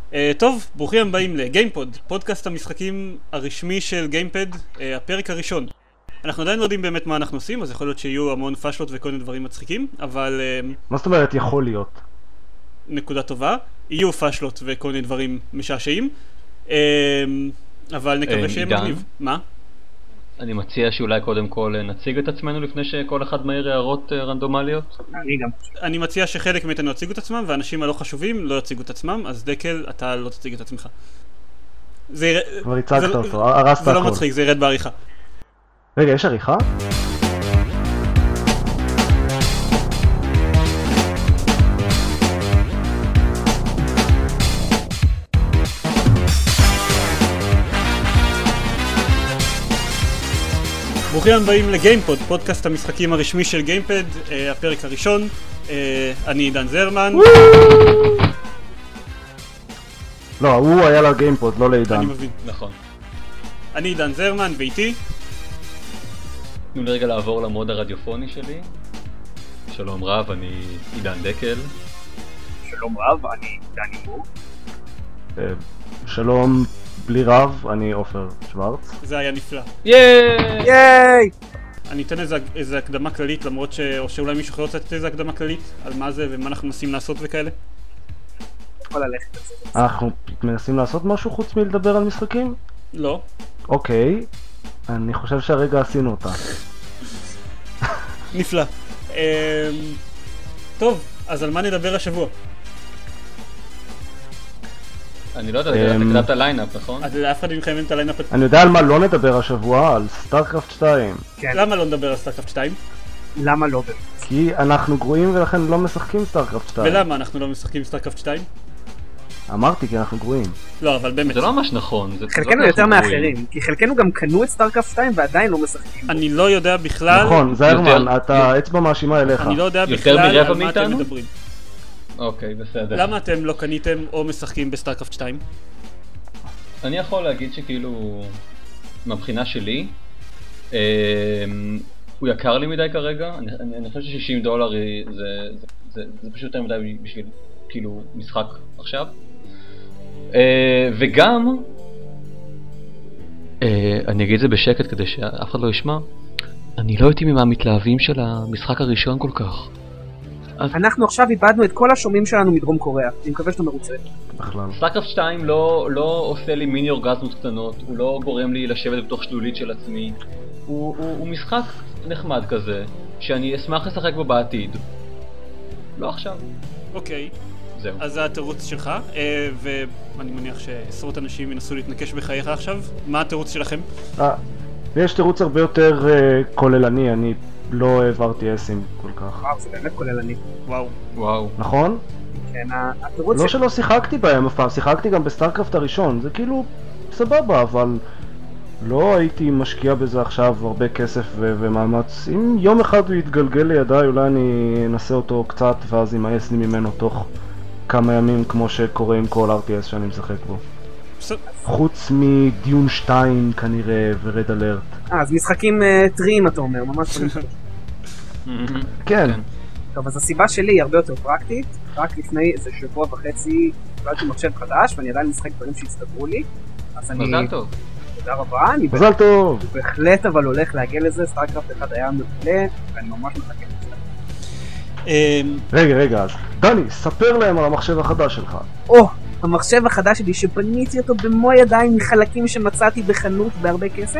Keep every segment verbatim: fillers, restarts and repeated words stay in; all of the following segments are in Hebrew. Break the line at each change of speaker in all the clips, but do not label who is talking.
Uh, טוב, ברוכים הבאים לגיימפוד, פודקאסט המשחקים הרשמי של גיימפד, uh, הפרק הראשון. אנחנו עדיין לא יודעים באמת מה אנחנו עושים, אז יכול להיות שיהיו המון פשלות וכל מיני דברים מצחיקים, אבל... Uh,
מה זאת אומרת יכול להיות?
נקודה טובה, יהיו פשלות וכל מיני דברים משעשעים, uh, אבל נקווה שיהיה מגניב. מה?
אני מציע שאולי קודם כל נציג את עצמנו לפני שכל אחד מהיר הערות רנדומליות.
אני גם.
אני מציע שחלק מאיתנו יציגו את עצמם, ואנשים הלא חשובים לא יציגו את עצמם, אז דקל, אתה לא תציג את עצמך. זה
כבר הצגת אותו, הרסת הכל.
זה לא מצחיק, זה ירד בעריכה.
רגע, יש עריכה?
ברוכים הבאים לגיימפוד, פודקאסט המשחקים הרשמי של גיימפד, uh, הפרק הראשון. uh, אני עידן זרמן.
לא, הוא היה לגיימפוד, לא לעידן.
אני מבין.
נכון.
אני עידן זרמן, ואיתי
תנו לי רגע לעבור למוד הרדיופוני שלי. שלום רב, אני עידן דקל.
שלום רב, אני דני מור.
שלום בלי רב, אני עופר שוורץ.
זה היה נפלא.
ייי!
ייי!
אני אתן איזה, איזה הקדמה כללית, למרות ש... או שאולי מישהו יכול לתת איזה הקדמה כללית על מה זה ומה אנחנו מנסים לעשות וכאלה.
יכול ללכת את זה.
אנחנו מנסים לעשות משהו חוץ מלדבר על משחקים?
לא.
אוקיי, אני חושב שהרגע עשינו אותה.
נפלא. טוב, אז על מה נדבר השבוע?
אני לא יודע, אתה כתבת ליינאפ, נכון?
אז לאף אחד מכם אין את הליינאפ.
אני יודע על מה לא נדבר השבוע, על סטארקראפט שתיים.
למה לא נדבר על סטארקראפט שתיים?
למה לא?
כי אנחנו גרועים ולכן לא משחקים סטארקראפט שתיים.
ולמה אנחנו לא משחקים סטארקראפט שתיים?
אמרתי כי אנחנו גרועים.
לא, אבל באמת.
זה לא ממש נכון.
חלקנו יותר מאחרים, כי חלקנו גם קנו את סטארקראפט שתיים ועדיין לא משחקים.
אני לא יודע בכלל.
נכון, זרמן, אתה אצבע מאשימה אליך.
אני לא יודע בכלל על מה אתם מדברים.
אוקיי, בסדר.
למה אתם לא קניתם או משחקים בסטארקראפט שתיים?
אני יכול להגיד שכאילו, מהבחינה שלי, הוא יקר לי מדי כרגע. אני חושב ש-שישים דולר זה פשוט יותר מדי בשביל כאילו משחק עכשיו. וגם, אני אגיד את זה בשקט כדי שאף אחד לא ישמע, אני לא הייתי ממה המתלהבים של המשחק הראשון כל כך.
אנחנו עכשיו איבדנו את כל השומעים שלנו מדרום קוריאה, אני מקווה שאתה מרוצה.
סטארקראפט שתיים לא, לא עושה לי מיני אורגזמות קטנות, הוא לא גורם לי לשבת בתוך שלולית של עצמי, הוא, הוא, הוא משחק נחמד כזה, שאני אשמח לשחק בו בעתיד. לא עכשיו.
אוקיי.
זהו.
אז זה התירוץ שלך, ואני מניח שעשרות אנשים ינסו להתנקש בחייך עכשיו. מה התירוץ שלכם?
יש תירוץ הרבה יותר כוללני, אני לא העברתי אסים כל כך.
וואו, זה באמת כוללני.
וואו.
וואו.
נכון?
כן, התירוץ...
לא שלא שיחקתי בהם אף פעם, שיחקתי גם בסטארקראפט הראשון, זה כאילו סבבה, אבל לא הייתי משקיע בזה עכשיו הרבה כסף ו- ומאמץ. אם יום אחד הוא יתגלגל לידיי, אולי אני אנסה אותו קצת ואז ימאס לי ממנו תוך כמה ימים, כמו שקורה עם כל אר טי אס שאני משחק בו. חוץ מדיון שתיים כנראה ורד אלרט.
אה, אז משחקים טריים אתה אומר, ממש
כן.
טוב, אז הסיבה שלי היא הרבה יותר פרקטית. רק לפני איזה שבוע וחצי קיבלתי מחשב חדש ואני עדיין משחק דברים שהצטברו לי.
מזל טוב.
תודה רבה.
מזל טוב.
בהחלט אבל הולך להגיע לזה, סטארקראפט אחד היה מעולה ואני ממש מחכה לזה.
רגע, רגע, אז דני, ספר להם על המחשב החדש שלך.
או, המחשב החדש שלי שבניתי אותו במו ידיים מחלקים שמצאתי בחנות בהרבה כסף.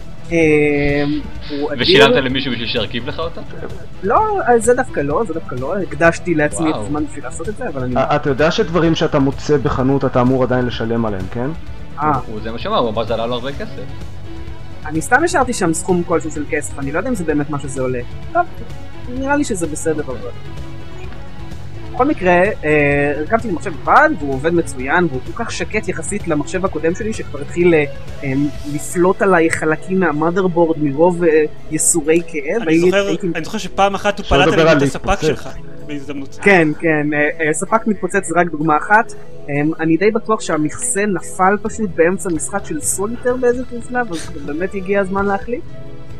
ושילמת למישהו בשביל שירכיב לך אותה?
לא, זה דווקא לא, זה דווקא לא, הקדשתי לעצמי את הזמן בשביל לעשות את זה, אבל אני...
אתה יודע שדברים שאתה מוצא בחנות אתה אמור עדיין לשלם עליהם, כן?
אה.
זה מה שאמר, הוא אמר זה עלה לו הרבה כסף.
אני סתם השארתי שם סכום כלשהו של כסף, אני לא יודע אם זה באמת מה שזה עולה. טוב, נראה לי שזה בסדר אבל. בכל מקרה, הרכבתי לי מחשב אחד והוא עובד מצוין והוא כל כך שקט יחסית למחשב הקודם שלי שכבר התחיל לפלוט עליי חלקים מהמאדרבורד מרוב יסורי כאב.
אני זוכר שפעם אחת הוא פלט עליהם את הספק שלך בהזדמנות.
כן, כן, ספק מתפוצץ זה רק דוגמה אחת. אני די בטוח שהמכסה נפל פשוט באמצע משחק של סוליטר באיזה תפנה, אז באמת הגיע הזמן להחליט.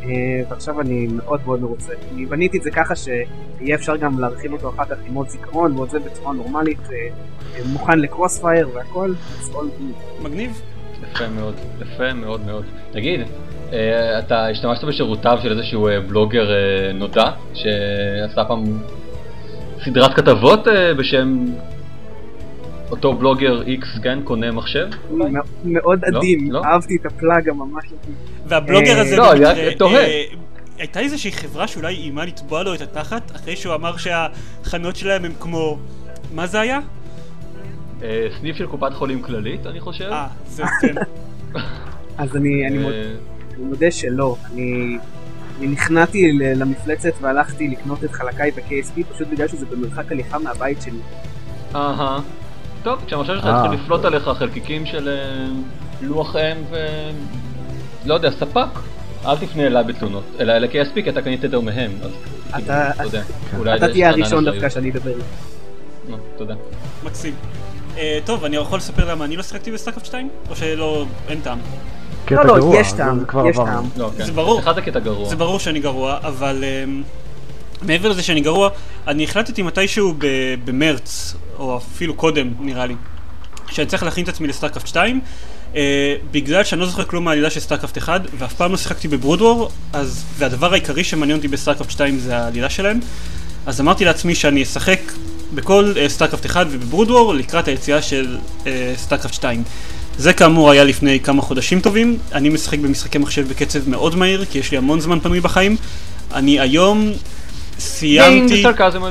ועכשיו אני מאוד מאוד מרוצה. אני בניתי את זה ככה שיהיה אפשר גם להרחיב אותו אחר כך עם עוד זיכרון ועוד זה בצורה נורמלית, מוכן לקרוספייר והכל.
מגניב.
יפה מאוד, יפה מאוד מאוד. תגיד, אתה השתמשת בשירותיו של איזשהו בלוגר נודע שעשה פעם סדרת כתבות בשם אותו בלוגר איקס, כן, קונה מחשב?
מאוד עדין, אהבתי את הפלאג ממש.
והבלוגר הזה
לא, תוהה.
הייתה איזושהי חברה שאולי אימה לתבוע לו את התחת אחרי שהוא אמר שהחנות שלהם הם כמו... מה זה היה?
סניף של קופת חולים כללית, אני חושב.
אה, זה כן.
אז אני מודה שלא. אני נכנעתי למפלצת והלכתי לקנות את חלקיי ב-קי אס פי פשוט בגלל שזה במרחק הליכה מהבית שלי.
אהה. טוב, כשהמשל שלך התחיל לפלוט עליך חלקיקים של לוח אם ו... לא יודע, ספק. אל תפנה אליי בתלונות, אלא ל-קי אס פי כי אתה קנית יותר מהם.
אתה תהיה הראשון דווקא שאני אדבר.
תודה.
מקסים. טוב, אני יכול לספר למה אני לא שיחקתי בסטארקראפט שתיים? או שלא, אין טעם?
לא, לא, יש טעם, יש טעם.
זה ברור.
אחד הקטע גרוע.
זה ברור שאני גרוע, אבל מעבר לזה שאני גרוע, אני החלטתי מתישהו במרץ, או אפילו קודם נראה לי, שאני צריך להכין את עצמי לסטארקראפט שתיים, בגלל שאני לא זוכר כלום מהעלילה של סטארקראפט אחד, ואף פעם לא שיחקתי בברודוור, והדבר העיקרי שמעניין אותי בסטארקראפט שתיים זה העלילה שלהם, אז אמרתי לעצמי שאני אשחק בכל סטארקראפט אחד ובברודוור לקראת היציאה של סטארקראפט שתיים. זה כאמור היה לפני כמה חודשים טובים. אני משחק במשחקי מחשב בקצב מאוד מהיר כי יש לי המון זמן פנוי בחיים. אני היום סיימתי...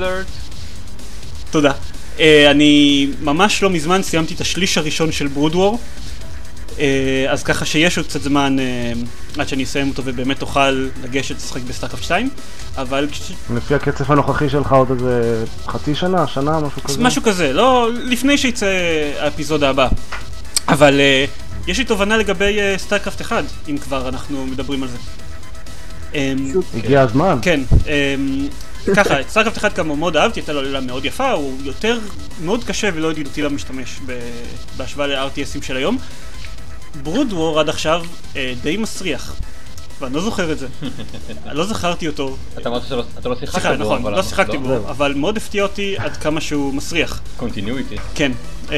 תודה. uh, אני ממש לא מזמן סיימתי את השליש הראשון של ברודוור, uh, אז ככה שיש עוד קצת זמן uh, עד שאני אסיים אותו ובאמת אוכל לגשת לשחק בסטארקראפט שתיים, אבל...
לפי הקצב הנוכחי שלך עוד איזה חצי שנה, שנה, משהו כזה?
משהו כזה, לא לפני שיצא האפיזודה הבאה. אבל uh, יש לי תובנה לגבי uh, סטארקראפט אחד, אם כבר אנחנו מדברים על זה.
הגיע הזמן.
כן, ככה, סטארקראפט אחד כמה מאוד אהבתי, הייתה לו עלילה מאוד יפה, הוא יותר מאוד קשה ולא ידידותי למשתמש בהשוואה ל-אר טי אסים של היום. ברודוור עד עכשיו די מסריח, ואני לא זוכר את זה, לא זכרתי אותו.
אתה אמרת שאתה לא שיחקת בו,
נכון, לא שיחקתי בו, אבל מאוד הפתיע אותי עד כמה שהוא מסריח.
קונטיניויטי.
כן.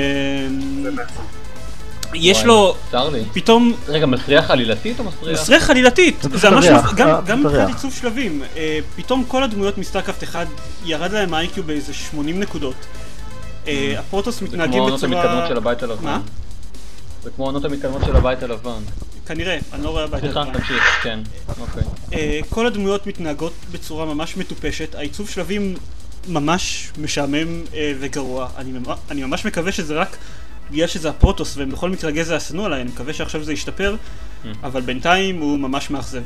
יש לו פתאום...
רגע, מסריח עלילתית או מסריח?
מסריח עלילתית, זה ממש... גם מבחינת עיצוב שלבים, פתאום כל הדמויות מסטארקראפט אחד ירד להם איי קיו באיזה שמונים נקודות. הפרוטוס מתנהגים בצורה...
זה כמו העונות המתקדמות של הבית הלבן.
מה?
זה כמו העונות המתקדמות של הבית הלבן.
כנראה, אני לא רואה הבית הלבן.
סליחה, תמשיך, כן, אוקיי.
כל הדמויות מתנהגות בצורה ממש מטופשת, העיצוב שלבים ממש משעמם וגרוע. אני ממש מקווה שזה רק... בגלל שזה הפרוטוס והם בכל מקרה גזע עשנו עליי, אני מקווה שעכשיו זה ישתפר, אבל בינתיים הוא ממש מאכזב.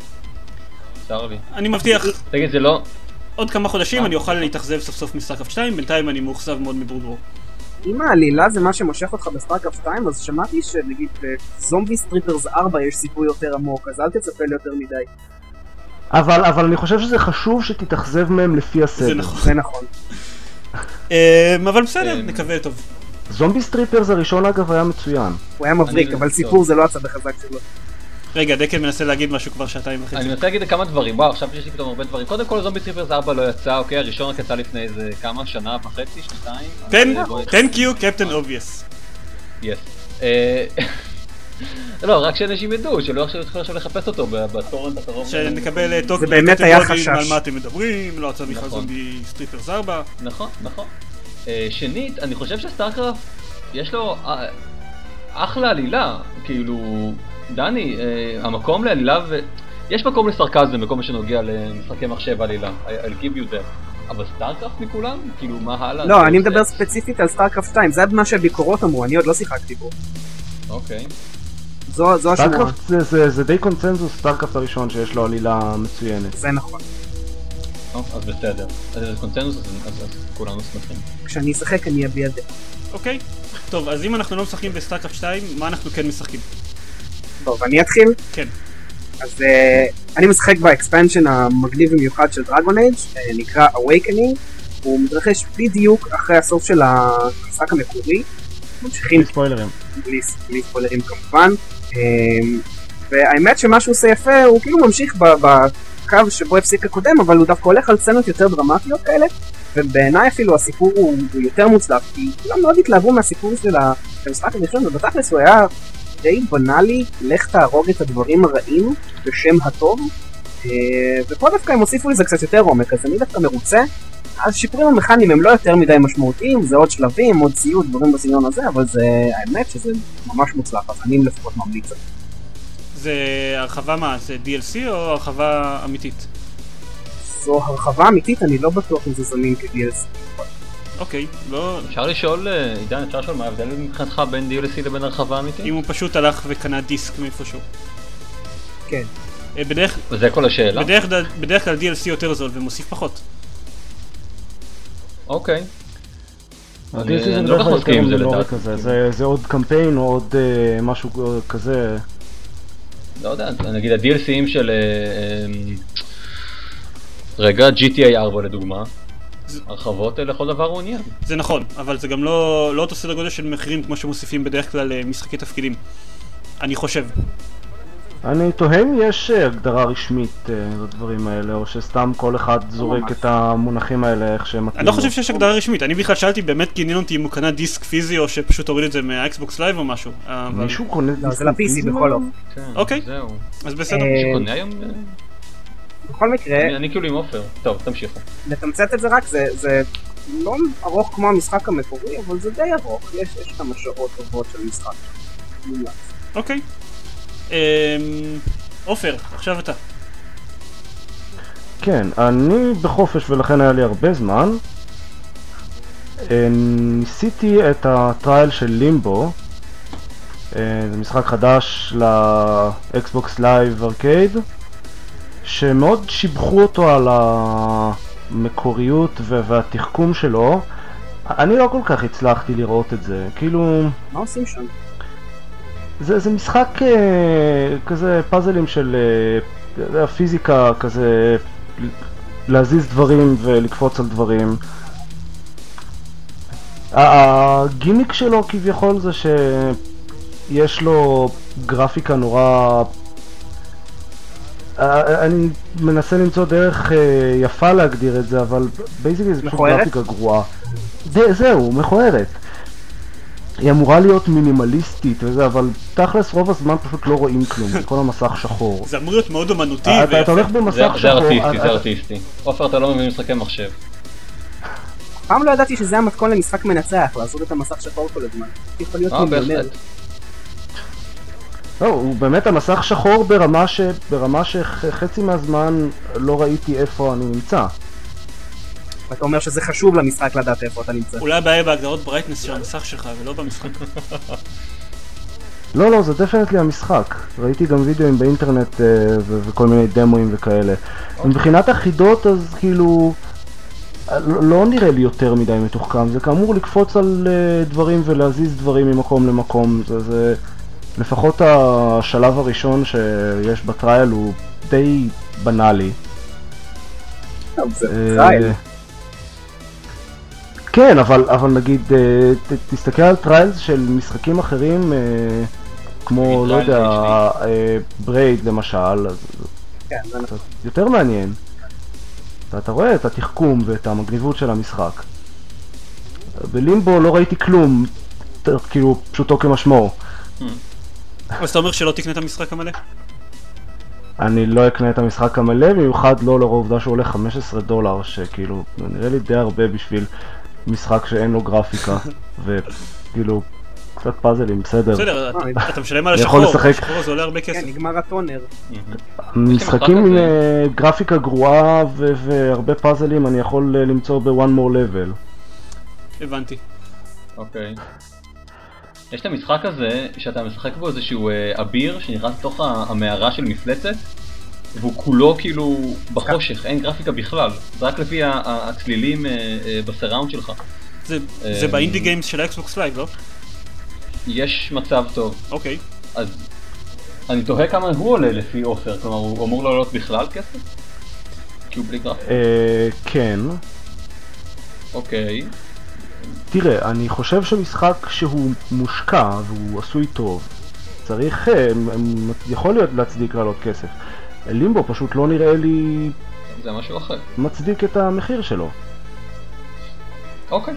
צר לי.
אני מבטיח...
תגיד, זה לא...
עוד כמה חודשים אני אוכל להתאכזב סוף סוף מסטארקראפט שתיים, בינתיים אני מאוכזב מאוד מברודוור.
אם העלילה זה מה שמושך אותך בסטארקראפט שתיים, אז שמעתי שנגיד בזומבי סטריפרס ארבע יש סיפור יותר עמוק, אז אל תצפה לי יותר מדי.
אבל, אבל אני חושב שזה חשוב שתתאכזב מהם לפי הסדר.
זה נכון.
זה נכון.
אבל בסדר, נקווה טוב.
זומבי סטריפרס הראשון אגב היה מצוין.
הוא היה מבריק, אבל סיפור זה לא הצד החזק שלו.
רגע, דקל מנסה להגיד משהו כבר שעתיים וחצי.
אני מנסה להגיד כמה דברים, וואו, עכשיו יש לי פתאום הרבה דברים. קודם כל, זומבי סטריפרס ארבע לא יצא, אוקיי, הראשון רק יצא לפני איזה כמה, שנה וחצי, שנתיים?
Thank you, Captain Obvious.
Yes. לא, רק שאנשים ידעו, שלא עכשיו יתחילו עכשיו לחפש אותו בטורנט הקרוב.
שנקבל טוק
זה באמת היה חשש.
על מה אתם מדברים, לא יצא בכלל זומבי סטריפרס ארבע.
נכון, נכון. שנית, אני חושב שסטארקראפט יש לו אחלה עלילה, כאילו, דני, המקום לעלילה ו... יש מקום לסרקזם בכל מה שנוגע למשחקי מחשב עלילה, I'll give you that, אבל סטארקראפט מכולם? כאילו, מה הלאה?
לא, אני מדבר ספציפית על סטארקראפט שתיים, זה מה שהביקורות אמרו, אני עוד לא שיחקתי בו.
אוקיי.
זו השמועה.
סטארקראפט זה די קונצנזוס, סטארקראפט הראשון שיש לו עלילה מצוינת.
זה נכון.
אז בסדר, אז זה קונצנזוס, אז כולנו שמחים.
כשאני אשחק אני אביע דעה.
אוקיי, טוב, אז אם אנחנו לא משחקים בסטארקראפט שתיים, מה אנחנו כן משחקים?
טוב, אני אתחיל?
כן.
אז אני משחק באקספנשן המגניב במיוחד של דרגון אייג', נקרא Awakening, הוא מתרחש בדיוק אחרי הסוף של המשחק המקורי. ממשיכים...
בלי ספוילרים.
בלי ספוילרים כמובן. והאמת שמה שהוא עושה יפה, הוא כאילו ממשיך בקו שבו הפסיק הקודם, אבל הוא דווקא הולך על סצנות יותר דרמטיות כאלה, ובעיניי אפילו הסיפור הוא, הוא יותר מוצלח, כי כולם מאוד התלהבו מהסיפור של המשחק הראשון, ובתכלס הוא היה די בנאלי, לך תהרוג את הדברים הרעים בשם הטוב, ופה דווקא הם הוסיפו לזה קצת יותר עומק, אז אני דווקא מרוצה. אז שיפורים המכניים הם לא יותר מדי משמעותיים, זה עוד שלבים, עוד ציוד, דברים בסגנון הזה, אבל זה האמת שזה ממש מוצלח, אז אני לפחות ממליץ.
זה הרחבה מה? זה די אל סי או הרחבה אמיתית?
זו הרחבה אמיתית, אני לא בטוח אם זה זמין כ-די אל סי.
אוקיי, לא...
אפשר לשאול, עידן, אפשר לשאול מה ההבדל מבחינתך בין די אל סי לבין הרחבה אמיתית?
אם הוא פשוט הלך וקנה דיסק מאיפשהו.
כן.
בדרך...
וזה כל השאלה?
בדרך, בדרך כלל די אל סי יותר זול ומוסיף פחות.
אוקיי.
אני לא יכול להסכים עם זה לדעתי. זה עוד קמפיין או עוד משהו כזה.
לא יודע, נגיד ה-די אל סי'ים של... רגע, ג'י טי איי ארבע לדוגמה. הרחבות לכל דבר הוא עניין.
זה נכון, אבל זה גם לא אותו סדר גודל של מחירים כמו שמוסיפים בדרך כלל משחקי תפקידים. אני חושב.
אני תוהה אם יש הגדרה רשמית לדברים האלה, או שסתם כל אחד זורק את המונחים האלה איך שהם מתאים.
אני לא חושב שיש הגדרה רשמית, אני בכלל שאלתי באמת כי עניין אותי אם הוא קנה דיסק פיזי או שפשוט הוריד את זה מהאקסבוקס לייב או משהו.
מישהו קונה דיסק פיזי?
זה ל-פי סי בכל אופן.
אוקיי, אז בסדר.
מישהו קונה היום?
בכל מקרה...
אני כאילו עם אופר. טוב, תמשיכו.
לתמצת את זה רק, זה לא ארוך כמו המשחק המקורי, אבל זה די ארוך, יש כמה שעות טובות של משחק.
אוקיי. עופר, עכשיו אתה.
כן, אני בחופש ולכן היה לי הרבה זמן. ניסיתי את הטרייל של לימבו. זה משחק חדש לאקסבוקס לייב ארקייד, שמאוד שיבחו אותו על המקוריות והתחכום שלו. אני לא כל כך הצלחתי לראות את זה, כאילו...
מה עושים שם?
זה, זה משחק uh, כזה פאזלים של uh, פיזיקה, כזה להזיז דברים ולקפוץ על דברים. הגימיק שלו כביכול זה שיש לו גרפיקה נורא... אני מנסה למצוא דרך uh, יפה להגדיר את זה, אבל בייסיקלי זה פשוט גרפיקה גרועה. זה, זהו, מכוערת. היא אמורה להיות מינימליסטית וזה, אבל תכלס רוב הזמן פשוט לא רואים כלום, זה כל המסך שחור.
זה אמור להיות מאוד אומנותי
ויפה. אתה הולך במסך שחור...
זה ארטיסטי, זה ארטיסטי. עופר, אתה לא מבין משחקי מחשב.
פעם לא ידעתי שזה המתכון למשחק מנצח, לעשות את המסך שחור כל הזמן. יכול להיות מיליונר.
לא, הוא באמת המסך שחור ברמה ש... ברמה שחצי מהזמן לא ראיתי איפה אני נמצא.
אתה אומר שזה חשוב למשחק לדעת איפה אתה נמצא.
אולי הבעיה בהגדרות ברייטנס של המסך שלך ולא במשחק.
לא, לא, זה דפנטלי המשחק. ראיתי גם וידאוים באינטרנט וכל מיני דמוים וכאלה. מבחינת החידות אז כאילו... לא נראה לי יותר מדי מתוחכם. זה כאמור לקפוץ על דברים ולהזיז דברים ממקום למקום. זה... לפחות השלב הראשון שיש בטרייל הוא די בנאלי.
זה טרייל.
כן, אבל, אבל נגיד, ת, תסתכל על טריילס של משחקים אחרים, כמו, לא יודע, ברייד למשל, אז
כן, זה
נכון. יותר מעניין. אתה, אתה רואה את התחכום ואת המגניבות של המשחק. בלימבו לא ראיתי כלום, כאילו, פשוטו כמשמעו.
אז אתה אומר שלא תקנה את המשחק המלא?
אני לא אקנה את המשחק המלא, במיוחד לא לאור העובדה שהוא עולה חמישה עשר דולר, שכאילו, נראה לי די הרבה בשביל משחק שאין לו גרפיקה, וכאילו, קצת פאזלים, בסדר.
בסדר, אתה משלם על השחור, השחור זה עולה הרבה כסף.
כן, נגמר הטונר.
משחקים עם גרפיקה גרועה והרבה פאזלים אני יכול למצוא ב-one more level.
הבנתי.
אוקיי. יש את המשחק הזה שאתה משחק בו איזשהו אביר שנכנס לתוך המערה של מפלצת, והוא כולו כאילו בחושך, אין גרפיקה בכלל, זה רק לפי הצלילים בסראונד שלך.
זה באינדי גיימס של האקסבוקס לייב, לא?
יש מצב טוב.
אוקיי.
אז אני תוהה כמה הוא עולה לפי אופר, כלומר הוא אמור לעלות בכלל כסף? כי הוא בלי גרפיקה.
כן.
אוקיי.
תראה, אני חושב שמשחק שהוא מושקע והוא עשוי טוב, צריך, יכול להיות להצדיק לעלות כסף. לימבו פשוט לא נראה לי
זה משהו אחר.
מצדיק את המחיר שלו.
אוקיי.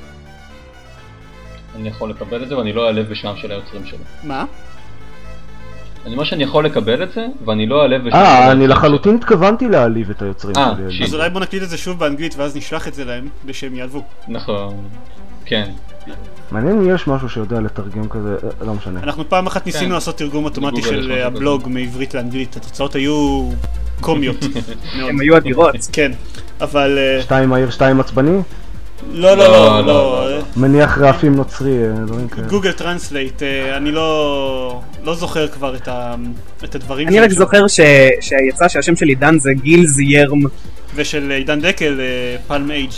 אני יכול לקבל את זה ואני לא אעלב בשם של היוצרים שלו.
מה?
אני אומר שאני יכול לקבל את זה ואני לא אעלב בשם של
אה,
היוצרים
אני
שלו.
לחלוטין התכוונתי להעליב את היוצרים
אה,
שלי.
שיט.
אז אולי בוא נקליט את זה שוב באנגלית ואז נשלח את זה להם, בשהם יעלבו.
נכון. כן.
מעניין אם יש משהו שיודע לתרגם כזה, אה, לא משנה.
אנחנו פעם אחת ניסינו
כן.
לעשות תרגום אוטומטי
בגוגל יש
של
משהו
הבלוג מעברית לאנגלית, התוצאות היו קומיות. מאוד.
הם היו אדירות.
כן, אבל... אה,
שתיים מהיר, שתיים עצבני?
לא, לא,
לא,
לא,
לא,
לא.
לא.
מניח רעפים נוצרי, אה, דברים כאלה.
גוגל טרנסלייט, אני לא לא זוכר כבר את ה- את הדברים
אני רק
שם.
זוכר ש- שיצא שהשם של עידן זה גילס ירם.
ושל עידן דקל, פלם אייג'.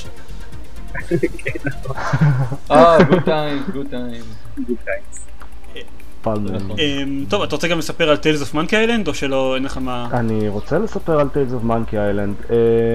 אה, good times, good times.
פעם,
נכון.
אמ, טוב, אתה רוצה גם לספר על Tales of Monkey Island, או שלא, אין לך מה...
אני רוצה לספר על Tales of Monkey Island. אה,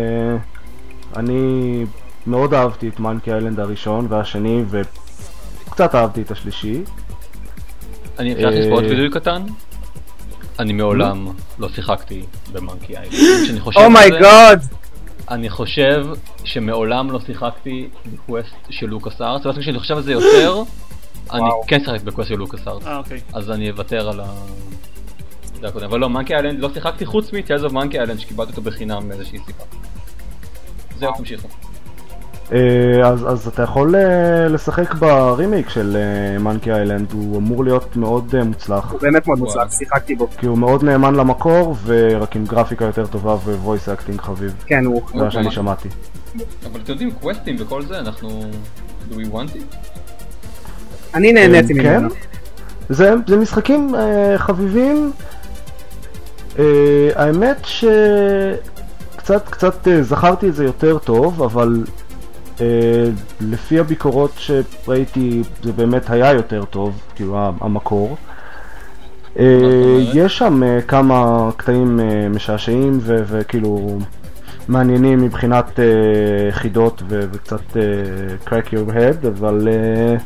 אני מאוד אהבתי את Monkey Island הראשון והשני, וקצת אהבתי את השלישי.
אני אפשר
אה,
לספור את וידוי קטן? אני מעולם לא שיחקתי במאנקי איילנד. כשאני חושב על זה,
אומייגוד!
אני חושב שמעולם לא שיחקתי בקווסט של לוקאס ארטס, ואז כשאני חושב על זה יותר, אני
וואו.
כן שיחקתי בקווסט של לוקאס ארטס.
אה, אוקיי.
אז אני אוותר על ה... זה הקודם. אבל לא, מאנקי איילנד לא שיחקתי חוץ מ-Tales of Monkey Island שקיבלתי אותו בחינם מאיזושהי סיבה. זהו, תמשיכו.
אה, אז, אז אתה יכול אה, לשחק ברימייק של מונקי איילנד, הוא אמור להיות מאוד אה, מוצלח,
הוא באמת מאוד
וואו.
מוצלח, שיחקתי בו.
כי הוא מאוד נאמן למקור, ורק עם גרפיקה יותר טובה וויס אקטינג חביב.
כן, הוא...
זה מה שאני שמעתי.
אבל אתם יודעים, קווסטים וכל זה, אנחנו... do we want it?
אני נהניתי
כן.
ממנו.
זה, זה משחקים אה, חביבים. אה, האמת שקצת קצת אה, זכרתי את זה יותר טוב, אבל אה, לפי הביקורות שראיתי זה באמת היה יותר טוב, כאילו ה- המקור. אה,
אומרת?
יש שם אה, כמה קטעים אה, משעשעים ו- וכאילו מעניינים מבחינת אה, חידות ו- וקצת אה, crack your head, אבל אה,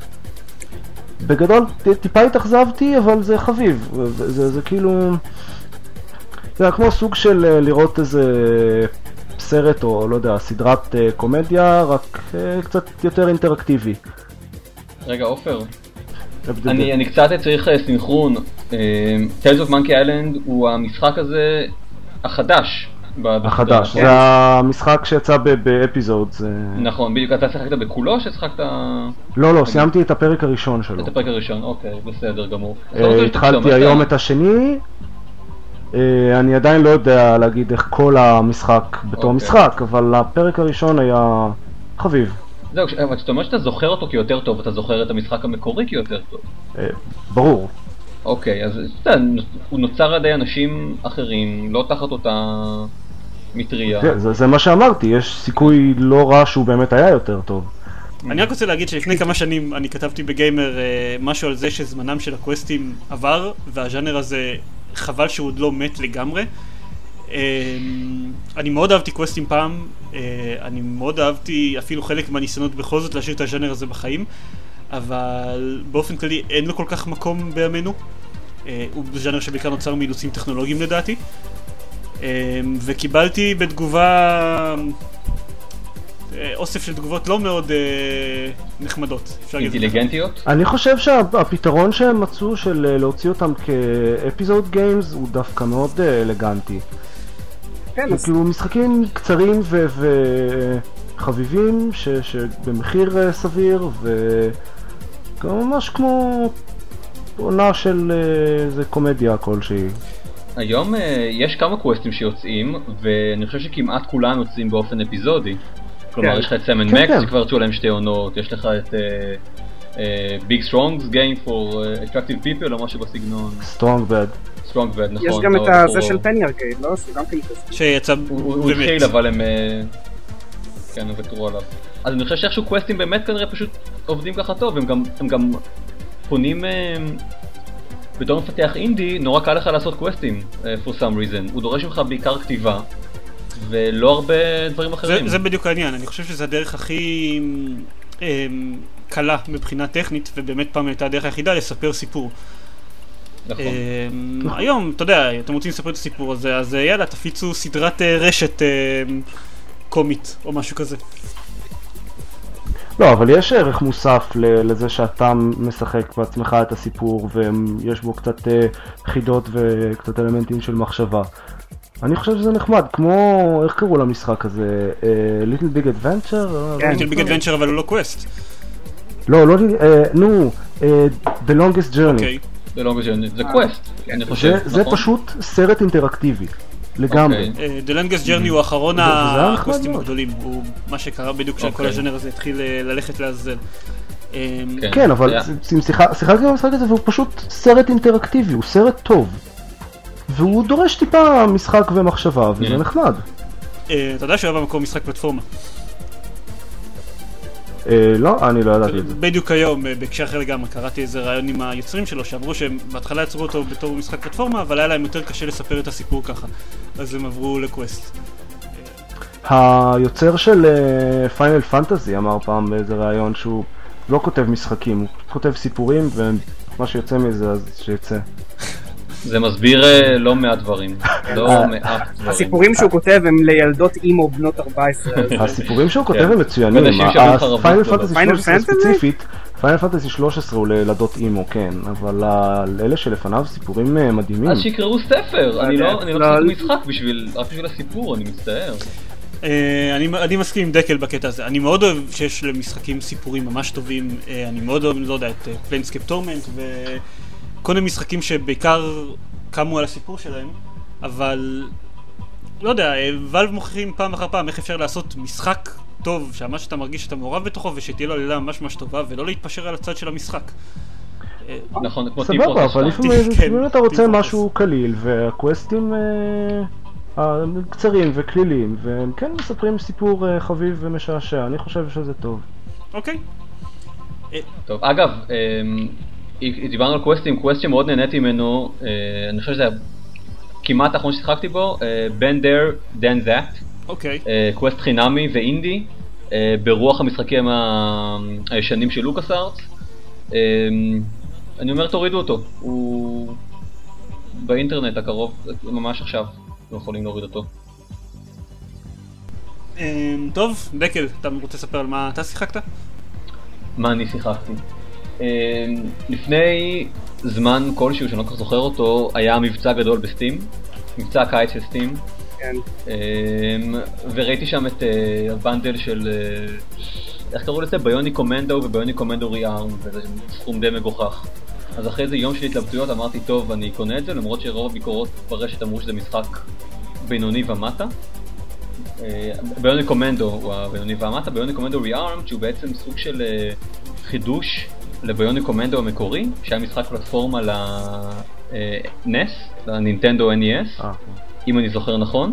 בגדול ט- טיפה התאכזבתי, אבל זה חביב, זה, זה, זה כאילו... זה היה כמו סוג של אה, לראות איזה סרט או לא יודע, סדרת אה, קומדיה, רק אה, קצת יותר אינטראקטיבי.
רגע, עופר. אני, אני קצת צריך אה, סינכרון. אה, Tales of Monkey Island הוא המשחק הזה החדש. ב-
החדש,
בסדרה,
זה המשחק שיצא ב- באפיזוד. זה...
נכון, בדיוק, אתה שיחקת בכולו או ששיחקת
לא, לא, סיימתי את הפרק הראשון שלו.
את הפרק הראשון? אוקיי, בסדר גמור. אז
אה,
אתה רוצה
התחלתי
שתקצום,
היום
איך
את השני. אה, אני עדיין לא יודע להגיד איך כל המשחק בתור
אוקיי.
משחק, אבל הפרק הראשון היה חביב.
זהו, כש- אבל כשאתה אומר שאתה זוכר אותו כיותר טוב, אתה זוכר את המשחק המקורי כיותר טוב.
אה, ברור.
אוקיי, אז אתה יודע, הוא נוצר על ידי אנשים אחרים, לא תחת אותה מטריה.
זה, זה, זה מה שאמרתי, יש סיכוי לא רע שהוא באמת היה יותר טוב.
אני רק רוצה להגיד שלפני כמה שנים אני כתבתי בגיימר אה, משהו על זה שזמנם של הקווסטים עבר, והז'אנר הזה חבל שהוא עוד לא מת לגמרי. אה, אני מאוד אהבתי קווסטים פעם, אה, אני מאוד אהבתי אפילו חלק מהניסיונות בכל זאת להשאיר את הז'אנר הזה בחיים, אבל באופן כללי אין לו כל כך מקום בימינו. אה, הוא ז'אנר שבעיקר נוצר מאילוצים טכנולוגיים לדעתי. אה, וקיבלתי בתגובה אה, אוסף של תגובות לא מאוד אה, נחמדות. אפשר להגיד את זה.
אינטליגנטיות?
אני חושב שהפתרון שהם מצאו של אה, להוציא אותם כאפיזוד גיימס הוא דווקא מאוד אה, אלגנטי.
כן,
זה
אז
כאילו משחקים קצרים וחביבים ש- שבמחיר אה, סביר, וגם ממש כמו עונה של אה, איזה קומדיה כלשהי.
היום אה, יש כמה קווסטים שיוצאים, ואני חושב שכמעט כולם יוצאים באופן אפיזודי. כלומר,
כן.
יש לך את סמן
כן,
מקס
כן.
שכבר יצאו להם שתי עונות, יש לך את ביג סטרונגס גיים פור אטרקטיב פיפל או משהו בסגנון.
סטרונג בד.
סטרונג בד, נכון.
יש גם
לא,
את
בחור-
הזה של פני ארקייד, לא? זה גם כן כזה.
שיצא
הוא הוא
באמת.
התחיל אבל הם... אה, כן, הם ותרו עליו. אז אני חושב שאיכשהו קווסטים באמת כנראה פשוט עובדים ככה טוב, הם גם, הם גם פונים... אה, בתור מפתח אינדי, נורא קל לך לעשות קווסטים, אה, for some reason. הוא דורש ממך בעיקר כתיבה, ולא הרבה דברים
זה,
אחרים.
זה בדיוק העניין, אני חושב שזה הדרך הכי אמ, קלה מבחינה טכנית, ובאמת פעם הייתה הדרך היחידה לספר סיפור.
נכון.
היום, אתה יודע, אתם רוצים לספר את הסיפור הזה, אז יאללה, תפיצו סדרת רשת קומית או משהו כזה.
לא, אבל יש ערך מוסף לזה שאתה משחק בעצמך את הסיפור ויש בו קצת חידות וקצת אלמנטים של מחשבה. אני חושב שזה נחמד, כמו, איך קראו למשחק הזה? Little Big Adventure?
כן, Little Big Adventure אבל הוא לא קווסט.
לא, לא, נו, The Longest Journey.
The Longest Journey, זה קווסט, אני חושב, נכון?
זה פשוט סרט אינטראקטיבי. לגמרי.
The Longest Journey הוא האחרון הקווסטים הגדולים, הוא מה שקרה בדיוק כשכל הז'אנר הזה התחיל ללכת לעזל.
כן, אבל שיחקתי במשחק הזה והוא פשוט סרט אינטראקטיבי, הוא סרט טוב. והוא דורש טיפה משחק ומחשבה, וזה נחמד.
אתה יודע שהוא היה במקום משחק פלטפורמה?
לא, אני לא ידעתי את זה.
בדיוק היום, בהקשר אחר לגמרי, קראתי איזה רעיון עם היוצרים שלו, שאמרו שהם בהתחלה יצרו אותו בתור משחק פלטפורמה, אבל היה להם יותר קשה לספר את הסיפור ככה, אז הם עברו לקווסט.
היוצר של פיינל פנטזי אמר פעם באיזה רעיון שהוא לא כותב משחקים, הוא כותב סיפורים, ומה שיוצא מזה אז שיצא.
זה מסביר לא מעט דברים, לא מעט דברים.
הסיפורים שהוא כותב הם לילדות אימו בנות ארבע עשרה.
הסיפורים שהוא כותב הם מצוינים. פיינל פנטזי שלוש עשרה ספציפית, פיינל פנטזי שלוש עשרה הוא לילדות אימו, כן, אבל אלה שלפניו סיפורים מדהימים.
אז שיקראו ספר, אני לא חושב משחק רק בשביל הסיפור, אני מצטער.
אני מסכים עם דקל בקטע הזה, אני מאוד אוהב שיש למשחקים סיפורים ממש טובים, אני מאוד אוהב, לא יודע, את פלנסקייפ טורמנט ו... כל מיני משחקים שבעיקר קמו על הסיפור שלהם, אבל לא יודע, ואלב מוכיחים פעם אחר פעם איך אפשר לעשות משחק טוב, שממש אתה מרגיש שאתה מעורב בתוכו ושתהיה לו עלילה ממש ממש טובה ולא להתפשר על הצד של המשחק.
נכון, כמו
סבבה, אבל לפעמים אתה רוצה משהו קליל והקווסטים קצרים וכלילים והם כן מספרים סיפור חביב ומשעשע, אני חושב שזה טוב.
אוקיי.
טוב, אגב, דיברנו על קווסטים, קווסט שמאוד נהניתי ממנו, אני חושב שזה כמעט האחרון ששיחקתי בו, Ben There, Then That.
אוקיי.
קווסט חינמי ואינדי, ברוח המשחקים הישנים של לוקאס ארטס. אני אומר תורידו אותו, הוא באינטרנט הקרוב, ממש עכשיו, אתם יכולים להוריד אותו.
טוב, דקל, אתה רוצה לספר על מה אתה שיחקת?
מה אני שיחקתי? לפני זמן כלשהו שאני לא כל כך זוכר אותו, היה מבצע גדול בסטים, מבצע הקיץ של סטים,
כן.
וראיתי שם את הבנדל של, איך קראו לזה? ביוני קומנדו וביוני קומנדו ריארם, וזה סכום די מגוחך. אז אחרי זה יום של התלבטויות אמרתי טוב, אני קונה את זה, למרות שרוב הביקורות ברשת אמרו שזה משחק בינוני ומטה. ביוני קומנדו הוא הבינוני ומטה, ביוני קומנדו ריארם שהוא בעצם סוג של חידוש לביוני קומנדו המקורי, שהיה משחק פלטפורמה ל-N E S, לנינטנדו N E S, אם אני זוכר נכון.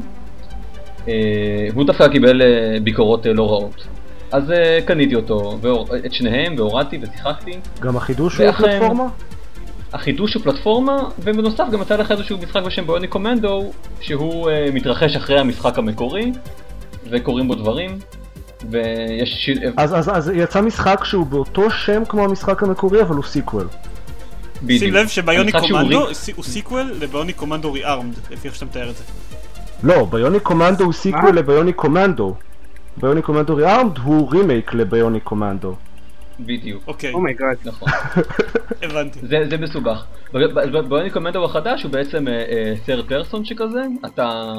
הוא דווקא קיבל ביקורות לא רעות. אז קניתי אותו, את שניהם, והורדתי ושיחקתי.
גם החידוש הוא פלטפורמה?
החידוש הוא פלטפורמה, ובנוסף גם יצא לך איזשהו משחק בשם ביוני קומנדו, שהוא מתרחש אחרי המשחק המקורי, וקוראים בו דברים. ויש...
אז, אז, אז יצא משחק שהוא באותו שם כמו המשחק המקורי, אבל הוא סיקוול.
בדיוק.
שים לב שביוני קומנדו הוא סיקוול לביוני קומנדו ריארמד, לפי איך שאתה מתאר את זה.
לא, ביוני קומנדו הוא סיקוול לביוני קומנדו. ביוני קומנדו ריארמד הוא רימייק לביוני קומנדו.
בדיוק.
אוקיי.
אומייגאד.
נכון.
הבנתי.
זה, זה מסובך. ביוני קומנדו החדש הוא בעצם third person שכזה, אתה...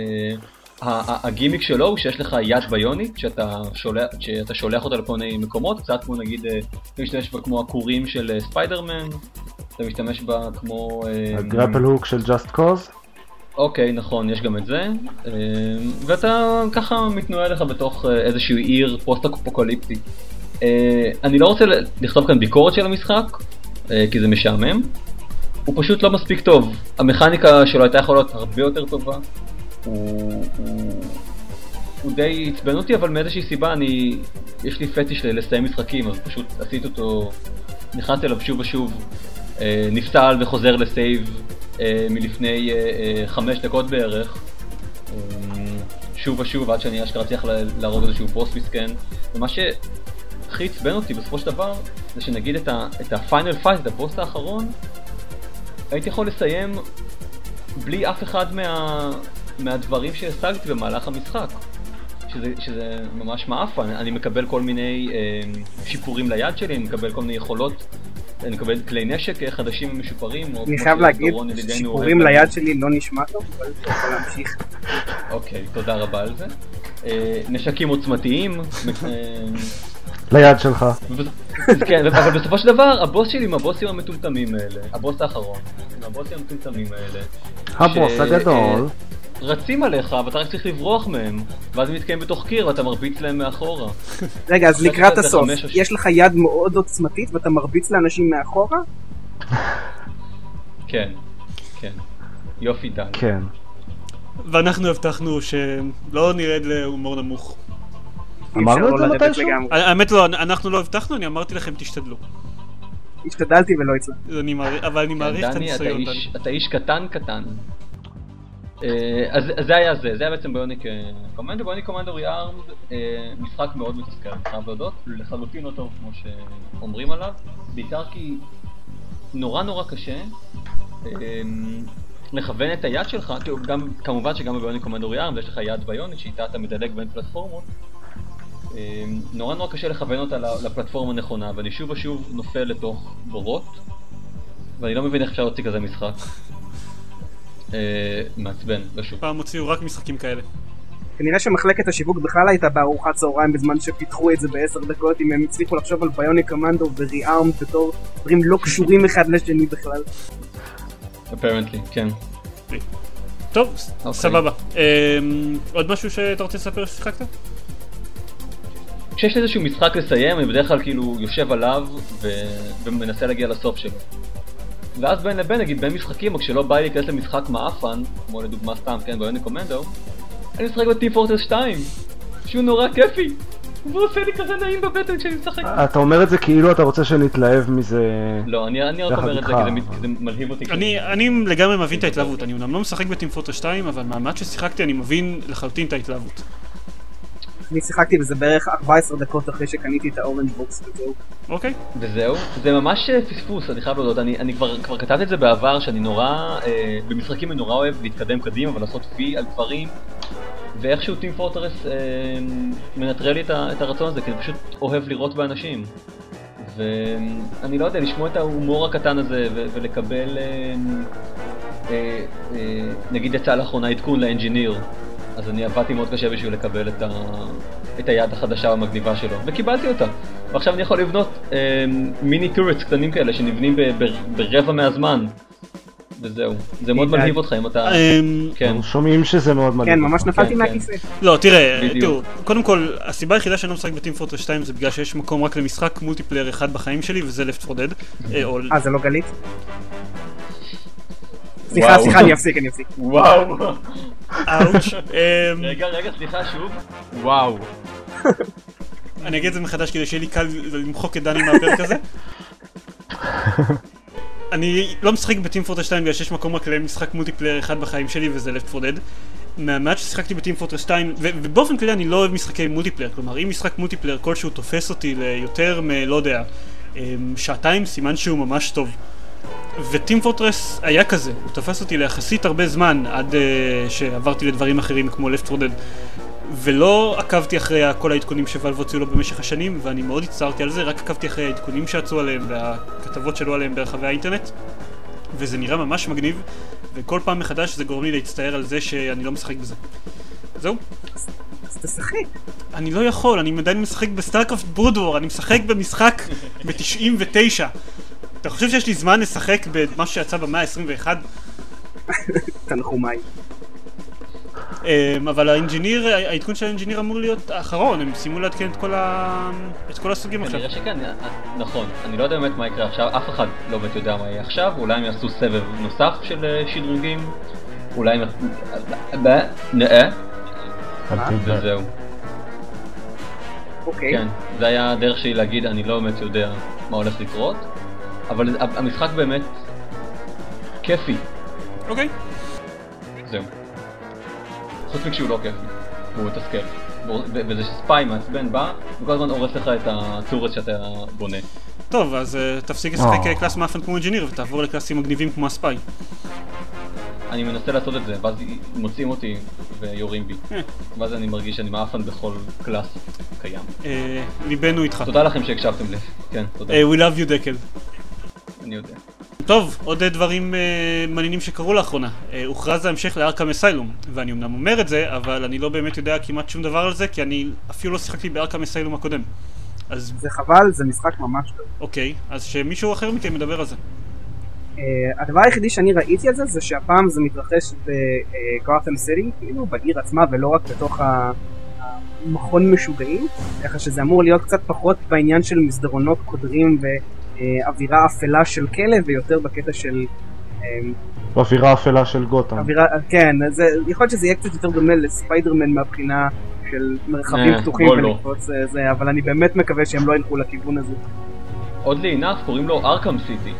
הגימיק שלו הוא שיש לך יד ביונית שאתה שולח, שאתה שולח אותה לכל מיני מקומות, קצת כמו נגיד, אתה משתמש בה כמו הכורים של ספיידרמן, אתה משתמש בה כמו...
הגרפל הוק של Just Cause?
אוקיי, נכון, יש גם את זה, ואתה ככה מתנועל לך בתוך איזשהו עיר פוסט-אפוקליפטי. אני לא רוצה לכתוב כאן ביקורת של המשחק, כי זה משעמם, הוא פשוט לא מספיק טוב, המכניקה שלו הייתה יכולה להיות הרבה יותר טובה. הוא, הוא, הוא די עצבן אותי, אבל מאיזושהי סיבה אני, יש לי פטיש לסיים משחקים, אז פשוט עשיתי אותו, נכנסתי אליו שוב ושוב, אה, נפסל וחוזר לסייב אה, מלפני אה, אה, חמש דקות בערך, אה, שוב ושוב עד שאני אשכרה צריך להרוג איזשהו בוס מסכן, ומה שהכי עצבן אותי בסופו של דבר, זה שנגיד את ה-Final Fight, את הבוס האחרון, הייתי יכול לסיים בלי אף אחד מה... מהדברים שהשגתי במהלך המשחק. שזה, שזה ממש מעפה, אני, אני מקבל כל מיני אה, שיפורים ליד שלי, אני מקבל כל מיני יכולות, אני מקבל כלי נשק חדשים ומשופרים.
אני חייב להגיד, שיפורים ליד שלי לא נשמע טוב, אבל אתה יכול להמשיך.
אוקיי, תודה רבה על זה. אה, נשקים עוצמתיים.
ליד שלך.
כן, אבל בסופו של דבר, הבוס שלי עם הבוסים המטומטמים האלה, הבוס האחרון, עם הבוסים המטומטמים האלה.
הבוס הגדול.
רצים עליך ואתה רק צריך לברוח מהם, ואז הם מתקיים בתוך קיר ואתה מרביץ להם מאחורה.
רגע, אז לקראת הסוף, יש לך יד מאוד עוצמתית ואתה מרביץ לאנשים מאחורה?
כן, כן. יופי דל.
כן.
ואנחנו הבטחנו שלא נרד להומור נמוך.
אמרנו את זה מתישהו?
האמת לא, אנחנו לא הבטחנו, אני אמרתי לכם תשתדלו.
השתדלתי ולא הצלחתי.
אבל אני מעריך את הניסיון.
דני, אתה איש קטן קטן. אז זה היה זה, זה היה בעצם ביוניק קומנדו, ביוניק קומנדו ריארמד, משחק מאוד מתסכל, אני חייב להודות, לחלוטין לא טוב כמו שאומרים עליו, בעיקר כי נורא נורא קשה לכוון את היד שלך, כמובן שגם בביוניק קומנדו ריארמד יש לך יד ביונית שאיתה אתה מדלג בין פלטפורמות, נורא נורא קשה לכוון אותה לפלטפורמה הנכונה, ואני שוב ושוב נופל לתוך בורות, ואני לא מבין איך אפשר להוציא כזה משחק. מעצבן, בשוק.
פעם הוציאו רק משחקים כאלה.
כנראה שמחלקת השיווק בכלל הייתה בארוחת צהריים בזמן שפיתחו את זה בעשר דקות, אם הם הצליחו לחשוב על ביוניק קומנדו וריארמד בתור דברים לא קשורים אחד לשני בכלל.
apparently, כן.
טוב, סבבה. עוד משהו שאתה רוצה לספר ששיחקת?
כשיש איזשהו משחק לסיים, אני בדרך כלל כאילו יושב עליו ומנסה להגיע לסוף שלו. ואז בין לבין, נגיד, בין משחקים, או כשלא בא לי להיכנס למשחק מאפן, כמו לדוגמה סתם, כן, ביוניק קומנדו, אני משחק בטים פורטרס שתיים, שהוא נורא כיפי, והוא עושה לי כזה נעים בבטן כשאני משחק.
אתה אומר את זה כאילו אתה רוצה שנתלהב מזה...
לא, אני רק אומר את זה כי זה מלהיב אותי.
אני לגמרי מבין את ההתלהבות, אני אומנם לא משחק בטים פורטרס שתיים, אבל מהמעט ששיחקתי אני מבין לחלוטין את ההתלהבות.
אני שיחקתי בזה בערך ארבע עשרה דקות אחרי שקניתי את האורנג' בוקס וזהו.
אוקיי.
וזהו. זה ממש פספוס, אני חייב להודות. אני, אני כבר, כבר כתבתי את זה בעבר, שאני נורא, אה, במשחקים אני נורא אוהב להתקדם קדימה ולעשות וי על דברים. ואיכשהו טים פורטרס אה, מנטרל לי את, ה, את הרצון הזה, כי אני פשוט אוהב לראות באנשים. ואני לא יודע, לשמוע את ההומור הקטן הזה ו- ולקבל, אה, אה, אה, נגיד יצא לאחרונה עדכון לאנג'יניר. אז אני עבדתי מאוד קשה בשביל לקבל את, ה... את היד החדשה והמגניבה שלו, וקיבלתי אותה. ועכשיו אני יכול לבנות אה, מיני טורטס קטנים כאלה שנבנים ב... ב... ברבע מהזמן. וזהו. זה מאוד מלהיב אותך אם אתה...
כן. שומעים שזה מאוד מלהיב.
כן, ממש נפלתי מהכיסא.
לא, תראה, תראו, קודם כל, הסיבה היחידה שאני לא משחק בטים פורטרס שתיים זה בגלל שיש מקום רק למשחק מולטיפלייר אחד בחיים שלי, וזה Left פור Dead.
אה, זה לא גלית? סליחה, סליחה, אני אפסיק, אני אפסיק.
וואו.
אאוץ'.
רגע, רגע, סליחה, שוב. וואו.
אני אגיד את זה מחדש כדי שיהיה לי קל למחוק את דני מהפרק הזה. אני לא משחק בטים פורטרס שתיים בגלל שיש מקום רק למשחק מולטיפלייר אחד בחיים שלי וזה Left פור Dead. מהמעט ששיחקתי בטים פורטרס שתיים, ובאופן כללי אני לא אוהב משחקי מולטיפלייר, כלומר אם משחק מולטיפלייר כלשהו תופס אותי ליותר מלא יודע, שעתיים, סימן שהוא ממש טוב. וטים פורטרס היה כזה, הוא תפס אותי ליחסית הרבה זמן עד uh, שעברתי לדברים אחרים כמו Left פור Dead, ולא עקבתי אחרי כל העדכונים שוואלב הוציאו לו במשך השנים, ואני מאוד הצטערתי על זה, רק עקבתי אחרי העדכונים שיצאו עליהם והכתבות שלו עליהם ברחבי האינטרנט, וזה נראה ממש מגניב, וכל פעם מחדש זה גורם לי להצטער על זה שאני לא משחק בזה. זהו.
אז תשחק.
אני לא יכול, אני עדיין משחק בסטארקראפט ברוד וור, אני משחק במשחק ב-תשעים ותשע. אתה חושב שיש לי זמן לשחק במשהו שיצא במאה ה-עשרים ואחת?
תנחומי.
אבל האינג'יניר, העדכון של האינג'יניר אמור להיות האחרון, הם סיימו לעדכן את כל ה... את כל הסוגים עכשיו.
כנראה שכן, נכון. אני לא יודע באמת מה יקרה עכשיו, אף אחד לא באמת יודע מה יהיה עכשיו, אולי הם יעשו סבב נוסף של שדרוגים, אולי הם... נאה. וזהו.
אוקיי.
כן, זה היה הדרך שלי להגיד, אני לא באמת יודע מה הולך לקרות. אבל המשחק באמת כיפי.
אוקיי.
זהו. חוץ מכשהוא לא כיפי, והוא מתסכל. וזה שספיי מעצבן בא, וכל הזמן הורס לך את הטורס שאתה בונה.
טוב, אז uh, תפסיק לשחק
Oh.
קלאס מאפן כמו אינג'יניר ותעבור לקלאסים מגניבים כמו הספיי.
אני מנסה לעשות את זה, ואז מוצאים אותי ויורים בי.
אה.
ואז אני מרגיש שאני מאפן בכל קלאס קיים.
אה, ליבנו איתך.
תודה לכם שהקשבתם לי. כן, תודה.
אה, we love you דקל.
אני יודע.
טוב, עוד דברים אה, מעניינים שקרו לאחרונה. אה, הוכרז ההמשך לארקם אסיילום, ואני אמנם אומר את זה, אבל אני לא באמת יודע כמעט שום דבר על זה, כי אני אפילו לא שיחקתי בארקם אסיילום הקודם. אז
זה חבל, זה משחק ממש טוב.
אוקיי, אז שמישהו אחר מכם מדבר על זה.
Uh, הדבר היחידי שאני ראיתי על זה, זה שהפעם זה מתרחש בגארתם סיטי, כאילו בעיר עצמה ולא רק בתוך המכון משוגעים, ככה שזה אמור להיות קצת פחות בעניין של מסדרונות קודרים ואווירה אפלה של כלא, ויותר בקטע של...
באווירה אפלה של גותם.
אווירה, כן, זה, יכול להיות שזה יהיה קצת יותר דומה לספיידרמן מהבחינה של מרחבים
אה,
פתוחים
בוא לא.
ולקפוץ זה, אבל אני באמת מקווה שהם לא ילכו לכיוון הזה.
עוד לעינף קוראים לו ארקם סיטי.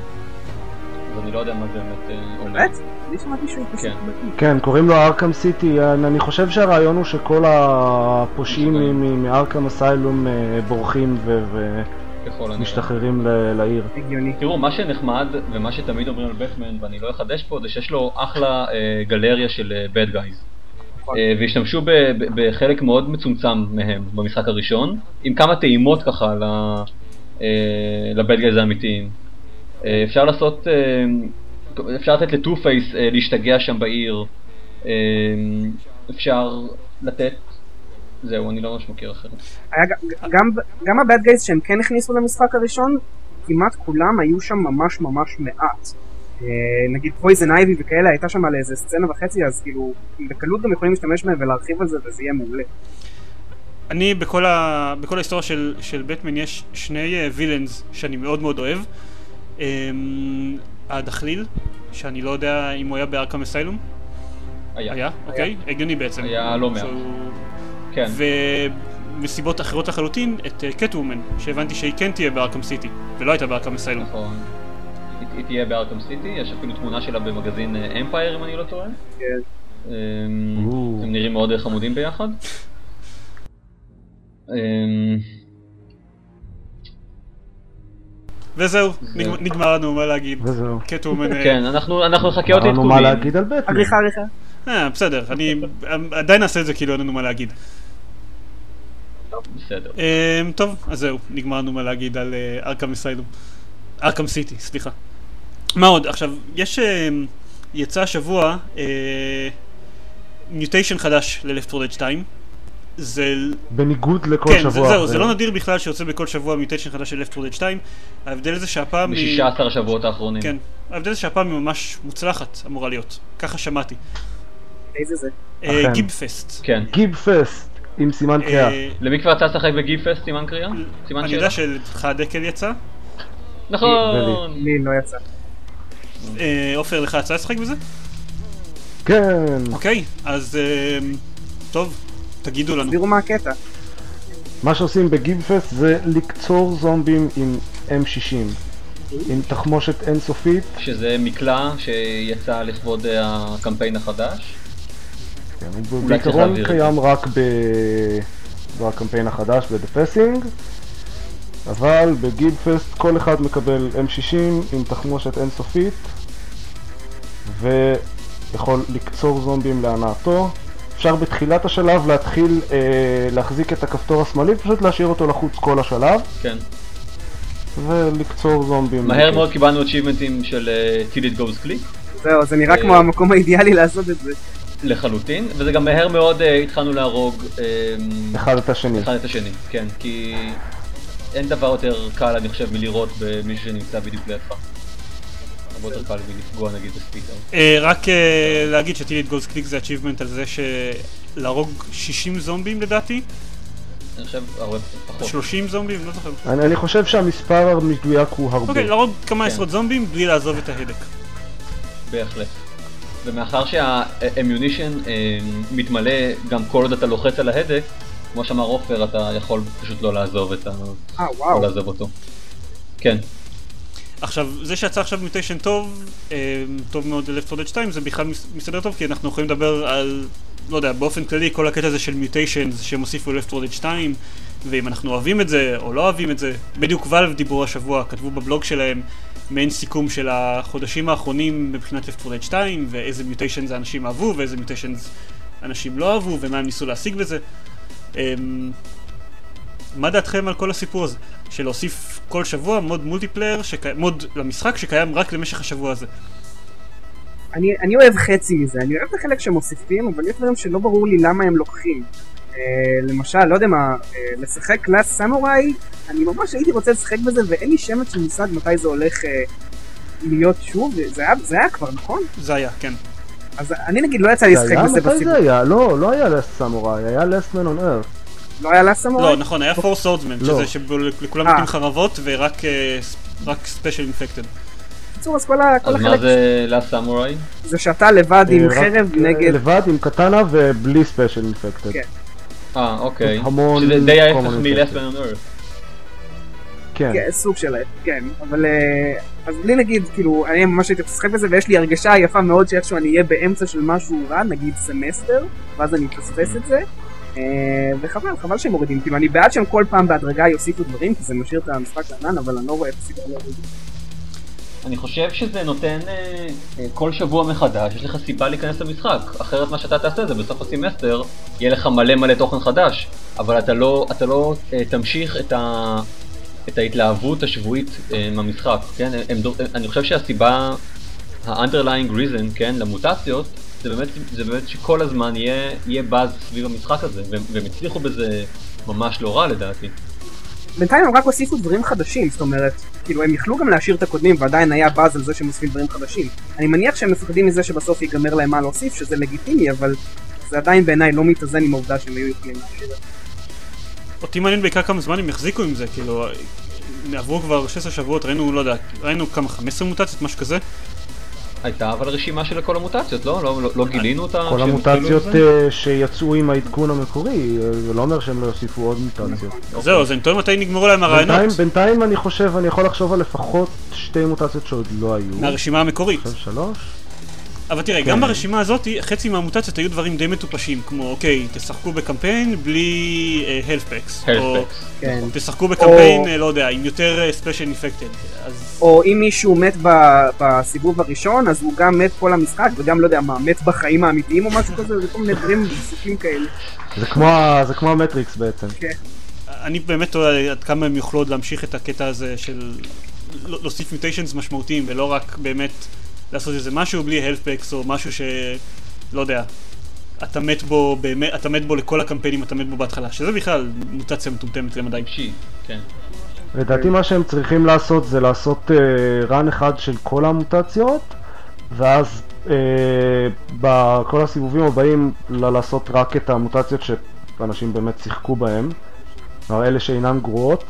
אז אני לא יודע מה זה באמת אה, אומר.
באמת? אני שמעתי שהוא פשוט
כן.
בטוח.
כן, קוראים לו ארקם סיטי. אני חושב שהרעיון הוא שכל הפושעים מ- מ- מארקם אסיילום אה, בורחים ו-
ככל הנראה.
ומשתחררים ל- לעיר.
הגיוני.
תראו, מה שנחמד ומה שתמיד אומרים על בטמן, ואני לא אחדש פה, זה שיש לו אחלה אה, גלריה של אה, bad guys.
נכון.
אה, והשתמשו ב- ב- בחלק מאוד מצומצם מהם במשחק הראשון, עם כמה טעימות ככה ל- אה, לבad guys האמיתיים. אה, אפשר לעשות, אה, אפשר לתת לטו פייס אה, להשתגע שם בעיר, אה, אפשר לתת, זהו, אני לא ממש מכיר אחרת.
היה ג- גם, גם הבאד גייז שהם כן הכניסו למשחק הראשון, כמעט כולם היו שם ממש ממש מעט. אה, נגיד פויזן אייבי וכאלה הייתה שם על איזה סצנה וחצי, אז כאילו בקלות גם יכולים להשתמש מהם ולהרחיב על זה וזה יהיה מעולה.
אני, בכל, ה... בכל ההיסטוריה של, של בטמן יש שני וילאנס שאני מאוד מאוד אוהב. Um, הדחליל, שאני לא יודע אם הוא היה בארקם אסיילום.
היה.
היה? אוקיי. הגיוני בעצם.
היה לא מעט.
שהוא-
כן.
ומסיבות אחרות לחלוטין, את קטוומן, שהבנתי שהיא כן תהיה בארקם סיטי, ולא הייתה בארקם אסיילום.
נכון. היא- היא תהיה בארקם סיטי, יש אפילו תמונה שלה במגזין אמפייר אם אני לא טועה.
כן.
אמ,
או.
הם נראים מאוד חמודים ביחד. אמ,
וזהו,
זה-
נגמר- נגמר לנו מה להגיד.
וזהו.
קטוומן... אה,
כן, אנחנו אנחנו נחכה עוד
אין לנו
עדכונים.
מה להגיד על בטמן.
עריכה עריכה.
אה, בסדר, אני עדיין אעשה את זה כאילו אין לנו מה להגיד.
בסדר.
אמ, טוב, אז זהו, נגמרנו מה להגיד על אה, ארקם אסיילום. ארקם סיטי, סליחה. מה עוד? עכשיו, יש... אמ, יצא השבוע מיוטיישן חדש ל-Left four Dead שתיים. זה...
בניגוד לכל
כן,
שבוע
זה, זהו,
אחר.
זה לא נדיר בכלל שיוצא בכל שבוע מיוטיישן חדש של Left four Dead שתיים. ההבדל זה שהפעם היא...
ב-שישה עשר השבועות האחרונים.
כן, ההבדל זה שהפעם היא ממש מוצלחת, אמורה להיות. ככה שמעתי.
איזה זה?
אה,
אכן.
גיבפסט.
כן.
גיב פסט עם סימן קריאה.
אה,
למי כבר יצא לשחק בגיבפסט סימן קריאה? סימן
אני יודע
שאלה?
שלך הדקל יצא.
נכון.
לי לא יצא.
אה, עופר, לך יצא לשחק בזה?
כן.
אוקיי, אז אה, טוב, תגידו לנו.
תסבירו מה הקטע.
מה שעושים בגיב פסט זה לקצור זומבים עם אם שישים. עם תחמושת אינסופית.
שזה מקלע שיצא לכבוד אה, הקמפיין החדש.
כן, הוא
אולי צריך
בעיקרון
להעביר את
קיים רק ב... בקמפיין החדש, ב-The Passing, אבל בגיב פסט כל אחד מקבל אם שישים עם תחמושת אינסופית ויכול לקצור זומבים להנאתו. אפשר בתחילת השלב להתחיל אה, להחזיק את הכפתור השמאלי, פשוט להשאיר אותו לחוץ כל השלב
כן.
ולקצור זומבים.
מהר מאוד קיבלנו achievementים של uh, Till It Goes Click
זהו, זה נראה
אה,
כמו המקום האידיאלי לעשות את זה.
לחלוטין, וזה גם מהר מאוד uh, התחלנו להרוג um,
אחד את השני.
אחד את השני, כן, כי אין דבר יותר קל אני חושב מלראות במישהו שנמצא בדיוק לידך. הרבה יותר קל מלפגוע נגיד בספיטר.
אה, רק אה, להגיד שטיליט גולדס קליק זה achievement על זה שלהרוג שישים זומבים לדעתי,
אני חושב הרבה פחות.
שלושים זומבים, לא זוכר.
אני, אני חושב שהמספר המדויק הוא הרבה.
אוקיי, להרוג כמה
כן.
עשרות זומבים בלי לעזוב את ההדק.
בהחלט. ומאחר שהאמיונישן מתמלא גם כל עוד אתה לוחץ על ההדק, כמו שאמר עופר, אתה יכול פשוט לא לעזוב את ה...
אה,
לא
וואו.
לעזוב אותו. כן.
עכשיו, זה שיצא עכשיו מיוטיישן טוב, אה, טוב מאוד ל-Left four Dead שתיים, זה בכלל מס- מסתדר טוב, כי אנחנו יכולים לדבר על, לא יודע, באופן כללי, כל הקטע הזה של מיוטיישן שהם הוסיפו ל-Left four Dead שתיים, ואם אנחנו אוהבים את זה או לא אוהבים את זה. בדיוק ואלב דיברו השבוע, כתבו בבלוג שלהם מעין סיכום של החודשים האחרונים מבחינת Left פור Dead שתיים, ואיזה מיוטיישנס אנשים אהבו ואיזה מיוטיישנס אנשים לא אהבו ומה הם ניסו להשיג בזה. מה דעתכם על כל הסיפור הזה של להוסיף כל שבוע מוד מולטיפלייר, מוד למשחק שקיים רק למשך השבוע הזה?
אני, אני אוהב חצי מזה, אני אוהב את החלק שמוסיפים, אבל יש דברים שלא ברור לי למה הם לוקחים. אה, למשל, לא יודע מה, אה, לשחק קלאס סמוראי, אני ממש הייתי רוצה לשחק בזה ואין לי שמץ של מושג מתי זה הולך אה, להיות שוב, זה היה, זה היה כבר, נכון?
זה היה, כן.
אז אני נגיד לא יצא לי לשחק בזה
בסיבוב. מתי זה היה? לא, לא היה לסט סמוראי, היה last man on earth.
לא היה לסט סמוראי?
לא, נכון, היה פור סורדסמן, שזה שלכולם נותנים חרבות ורק ספיישל אינפקטד.
בקיצור, אז כל החלק...
אז מה זה לסט סמוראי?
זה שאתה לבד עם חרב נגד...
לבד עם קטנה ובלי ספיישל אינפקטד.
כן.
אה, אוקיי. שזה די ההפך מ-Last Man on Earth.
כן.
כן, סוג של... כן, אבל... אז בלי נגיד, כאילו, אני ממש הייתי לשחק בזה ויש לי הרגשה יפה מאוד שאיכשהו אני אהיה באמצע של משהו רע, נגיד סמסטר, ואז אני אפספס את זה. וחבל, חבל שהם מורידים. כאילו, אני בעד שהם כל פעם בהדרגה יוסיפו דברים, כי זה משאיר את המשחק לענן, אבל אני לא רואה את הסיבה להוריד.
אני חושב שזה נותן אה, אה, כל שבוע מחדש, יש לך סיבה להיכנס למשחק, אחרת מה שאתה תעשה זה בסוף הסמסטר, יהיה לך מלא מלא תוכן חדש, אבל אתה לא, אתה לא אה, תמשיך את, ה, את ההתלהבות השבועית אה, מהמשחק, כן? הם, הם, אני חושב שהסיבה, ה-underlying reason, כן, למוטציות, זה באמת, זה באמת שכל הזמן יהיה, יהיה באז סביב המשחק הזה, והם, והם הצליחו בזה ממש לא רע לדעתי.
בינתיים הם רק הוסיפו דברים חדשים, זאת אומרת, כאילו הם יכלו גם להשאיר את הקודמים ועדיין היה באז על זה שהם מוסיפים דברים חדשים. אני מניח שהם מפחדים מזה שבסוף ייגמר להם מה להוסיף, שזה לגיטימי, אבל זה עדיין בעיניי לא מתאזן עם העובדה שהם היו יכולים להשאיר את זה.
אותי מעניין בעיקר כמה זמן הם יחזיקו עם זה, כאילו, עברו כבר שש עשרה שבועות, ראינו, לא יודע, ראינו כמה חמש עשרה מוטציות, משהו כזה.
הייתה אבל רשימה של כל המוטציות, לא? לא, לא, לא גילינו אותה?
כל המוטציות שיצאו עם העדכון המקורי, זה לא אומר שהם לא יוסיפו עוד מוטציות.
זהו, אז אני טוען מתי נגמרו להם הרעיונות.
בינתיים אני חושב, אני יכול לחשוב על לפחות שתי מוטציות שעוד לא היו.
מהרשימה המקורית.
אני חושב שלוש.
אבל תראה, גם ברשימה הזאת, חצי מהמוטציות היו דברים די מטופשים, כמו, אוקיי, תשחקו בקמפיין בלי health packs.
health packs.
או תשחקו בקמפיין, לא יודע, עם יותר special infected.
או אם מישהו מת בסיבוב הראשון, אז הוא גם מת כל המשחק, וגם, לא יודע מה, מת בחיים האמיתיים או משהו כזה, זה כל מיני דברים בסוקים כאלה.
זה כמו המטריקס בעצם.
כן.
אני באמת רואה עד כמה הם יוכלו עוד להמשיך את הקטע הזה של להוסיף מיוטיישנס משמעותיים, ולא רק באמת לעשות איזה משהו בלי health packs או משהו שלא יודע, אתה מת בו באמת, אתה מת בו לכל הקמפיינים, אתה מת בו בהתחלה, שזה בכלל מוטציה מטומטמת למדי.
כן.
לדעתי מה שהם צריכים לעשות זה לעשות רן אחד של כל המוטציות, ואז בכל הסיבובים הבאים לעשות רק את המוטציות שאנשים באמת שיחקו בהם, אלה שאינן גרועות,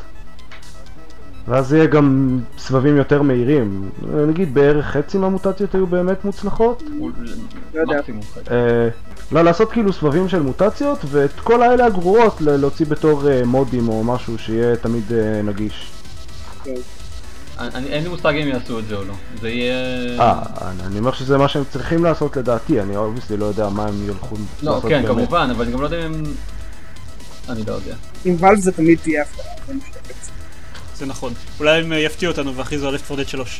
ואז יהיה גם סבבים יותר מהירים. נגיד בערך חצי מהמוטציות היו באמת מוצלחות. לא, לעשות כאילו סבבים של מוטציות, ואת כל האלה הגרועות להוציא בתור מודים או משהו שיהיה תמיד נגיש.
אין לי מושג אם יעשו את זה או לא. זה יהיה...
אה, אני אומר שזה מה שהם צריכים לעשות לדעתי, אני אובייסלי לא יודע מה הם ילכו לעשות
באמת. לא, כן, כמובן, אבל אני גם לא יודע אם... אני לא יודע.
עם ואלב זה תמיד תהיה הפתעה.
זה נכון. אולי הם יפתיעו אותנו והכריזו על Left פור Dead שלוש.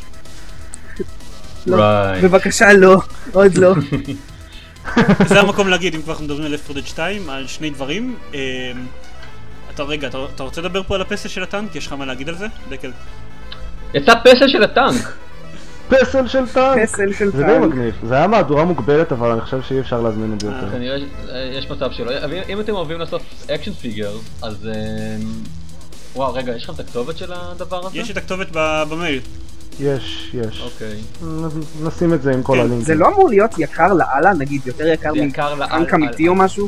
בבקשה לא, עוד לא.
זה המקום להגיד, אם כבר אנחנו מדברים על Left פור Dead שתיים, על שני דברים. אתה רגע, אתה רוצה לדבר פה על הפסל של הטנק? יש לך מה להגיד על זה? דקל.
יצא פסל של הטנק!
פסל של טנק!
פסל של טנק.
זה די מגניב. זה היה מהדורה מוגבלת, אבל אני חושב שאי אפשר להזמין את זה יותר.
כנראה יש מצב שלא. אם אתם אוהבים לעשות אקשן פיגר, אז... וואו, רגע, יש לכם את הכתובת של הדבר הזה?
יש את הכתובת במייל.
יש, יש.
אוקיי.
נשים את זה עם כל הלינקים.
זה לא אמור להיות יקר לאללה, נגיד, יותר יקר מטנק אמיתי או משהו?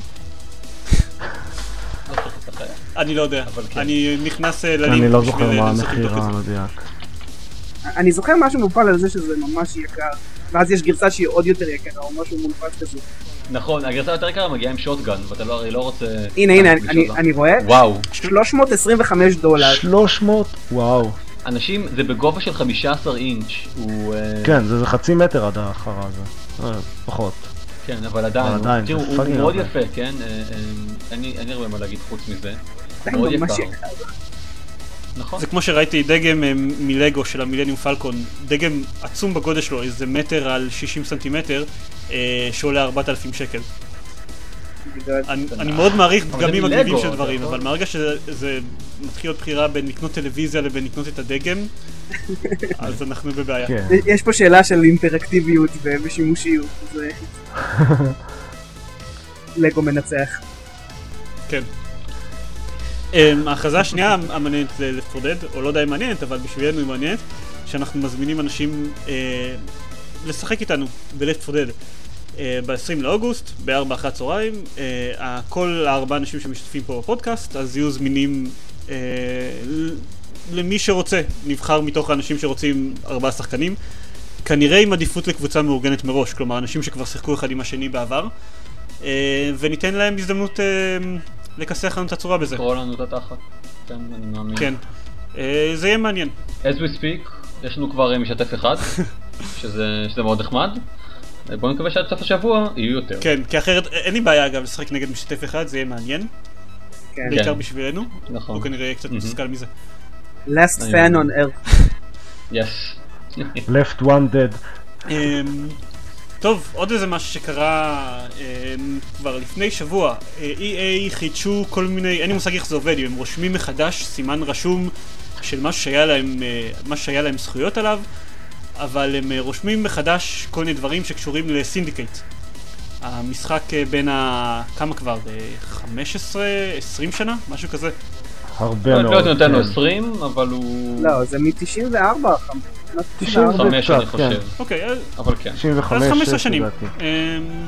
אני לא יודע, אני נכנס ללינק.
אני לא זוכר מה המחיר המדויק.
אני זוכר משהו מופל על זה שזה ממש יקר, ואז יש גרסה שהיא עוד יותר יקרה, או משהו מונפץ כזה.
נכון, הגרסה יותר יקרה מגיעה עם שוטגן, ואתה הרי לא רוצה...
הנה, הנה, אני רואה.
וואו.
שלוש מאות עשרים וחמש דולר.
שלוש מאות? וואו.
אנשים, זה בגובה של חמישה עשר אינץ' הוא...
כן, זה חצי מטר עד האחרה הזה. פחות.
כן, אבל עדיין, תראו, הוא מאוד יפה, כן? אין לי הרבה מה להגיד חוץ מזה. מאוד
ממש
יקר.
יקר.
נכון.
זה כמו שראיתי דגם אה, מלגו של המילניום פלקון, דגם עצום בגודל שלו, איזה מטר על שישים סנטימטר, אה, שעולה ארבעת אלפים שקל. אני, אני מאוד מעריך
אבל זה
דגמים
מלגו,
מגניבים של
אתה
דברים,
יכול.
אבל מהרגע שזה מתחיל להיות בחירה בין לקנות טלוויזיה לבין לקנות את הדגם, אז אנחנו בבעיה.
כן.
יש פה שאלה של אינטראקטיביות ו- ושימושיות, זה... לגו מנצח.
כן. Um, ההכרזה השנייה המעניינת ל-Left four Dead, או לא יודע אם מעניינת, אבל בשבילנו היא מעניינת, שאנחנו מזמינים אנשים uh, לשחק איתנו ב-Left four Dead. Uh, ב-עשרים לאוגוסט, ב-ארבע אחת צהריים, uh, כל הארבעה אנשים שמשתתפים פה בפודקאסט, אז יהיו זמינים uh, למי שרוצה, נבחר מתוך האנשים שרוצים ארבעה שחקנים, כנראה עם עדיפות לקבוצה מאורגנת מראש, כלומר אנשים שכבר שיחקו אחד עם השני בעבר, uh, וניתן להם הזדמנות uh, לכסח לנו את הצורה בזה.
קרוא לנו את התחת. כן, אני מאמין.
כן, uh, זה יהיה מעניין.
As we speak, יש לנו כבר משתף אחד, שזה, שזה מאוד נחמד. בואו נקווה שעד סוף השבוע יהיו יותר.
כן, כי אחרת אין לי בעיה אגב לשחק נגד משתף אחד, זה יהיה מעניין,
כן.
בעיקר
כן.
בשבילנו,
נכון.
הוא כנראה יהיה קצת
מהמם.
מתוסכל מזה.
last
אני
fan
מאמין.
on earth.
Yes.
left one dead.
אמ, טוב, עוד איזה משהו שקרה אמ, כבר לפני שבוע, אה, אי איי חידשו כל מיני, אין לי מושג איך זה עובד, אם הם רושמים מחדש סימן רשום של משהו שהיה להם, אה, משהו שהיה להם זכויות עליו, אבל הם אה, רושמים מחדש כל מיני דברים שקשורים לסינדיקייט. המשחק אה, בין ה... כמה כבר? אה, חמש עשרה עשרים שנה? משהו כזה?
הרבה
לא
מאוד.
יודעת נותן לו
כן.
עשרים, אבל הוא...
לא, זה מ-תשעים וארבע, חמ- שנת
תשעים
תשעים וארבע.
חמש אני
קצת,
חושב.
אוקיי, אז
אבל כן.
תשעים וחמש,
אז חמש עשרה
שש,
שנים.
לדעתי.
אמ,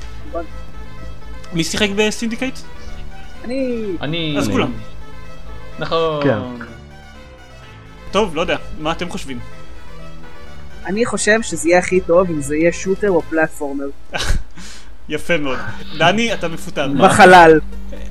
מי שיחק בסינדיקייט?
אני...
אני...
אז
אני-
כולם.
נכון.
כן.
טוב, לא יודע, מה אתם חושבים?
אני חושב שזה יהיה הכי טוב אם זה יהיה שוטר או פלטפורמר.
יפה מאוד. דני, אתה מפוטר.
בחלל.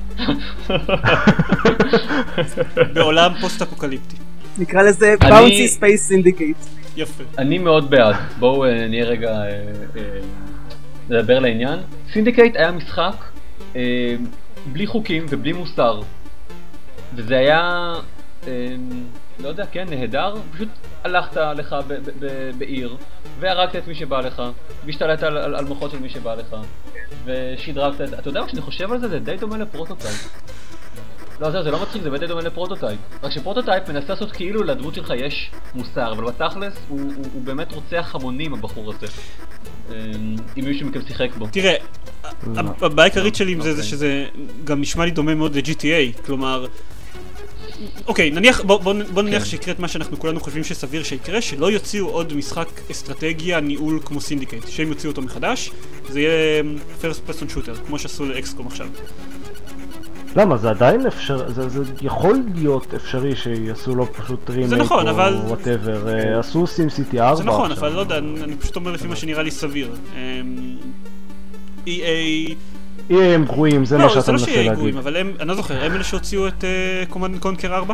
בעולם פוסט-אפוקליפטי.
נקרא לזה
אני-
באונסי ספייס סינדיקייט.
יפה.
אני מאוד בעד. בואו אה, נהיה רגע... אה, אה, נדבר לעניין. סינדיקייט היה משחק אה, בלי חוקים ובלי מוסר. וזה היה... אה, לא יודע, כן, נהדר. פשוט הלכת לך ב- ב- ב- בעיר, והרגת את מי שבא לך, והשתלט על, על, על מוחות של מי שבא לך, ושדרגת את... אתה יודע מה שאני חושב על זה? זה די דומה לפרוטוטייפ. לא, זהו, זה לא מצחיק, זה די דומה לפרוטוטייפ. רק שפרוטוטייפ מנסה לעשות כאילו לדמות שלך יש מוסר, אבל בתכלס הוא, הוא, הוא באמת רוצח המונים, הבחור הזה. אם מישהו מכם שיחק בו.
תראה,
לא.
הבעיה העיקרית שלי עם זה זה
אוקיי.
שזה גם נשמע לי דומה מאוד ל-ג'י טי איי, כלומר... אוקיי, נניח, בוא, בוא, בוא נניח
כן.
שיקרה את מה שאנחנו כולנו חושבים שסביר שיקרה, שלא יוציאו עוד משחק אסטרטגיה, ניהול כמו סינדיקייט, שהם יוציאו אותו מחדש, זה יהיה first person shooter, כמו שעשו לאקסקום עכשיו.
למה? זה עדיין אפשר... זה, זה יכול להיות אפשרי שיעשו לו פשוט רימייק
נכון,
או
אבל-
וואטאבר. אה, עשו סים סיטי ארבע
זה נכון,
עכשיו.
אבל לא יודע, אני אני פשוט אומר לפי מה שנראה לי סביר. אמ, אי איי...
אי הם גרועים, זה מה
לא,
שאתה
זה לא
מנסה
שיהיה
להגיד.
גרועים, אבל הם, אני לא זוכר, הם אלה שהוציאו את קומנד קונקר ארבע?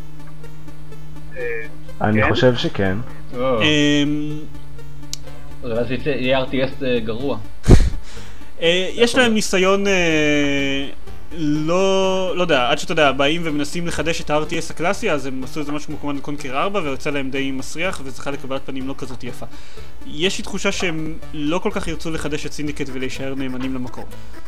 אני
כן?
חושב שכן.
אמ,
אז זה יהיה אר טי אס גרוע.
אה, יש להם ניסיון, אה, לא, לא יודע, עד שאתה יודע, באים ומנסים לחדש את ה-אר טי אס הקלאסי, אז הם עשו איזה משהו כמו קומנד קונקר ארבע, ויוצא להם די מסריח, וזכה לקבלת פנים לא כזאת יפה. יש לי תחושה שהם לא כל כך ירצו לחדש את סינדיקט ולהישאר נאמנים למקור.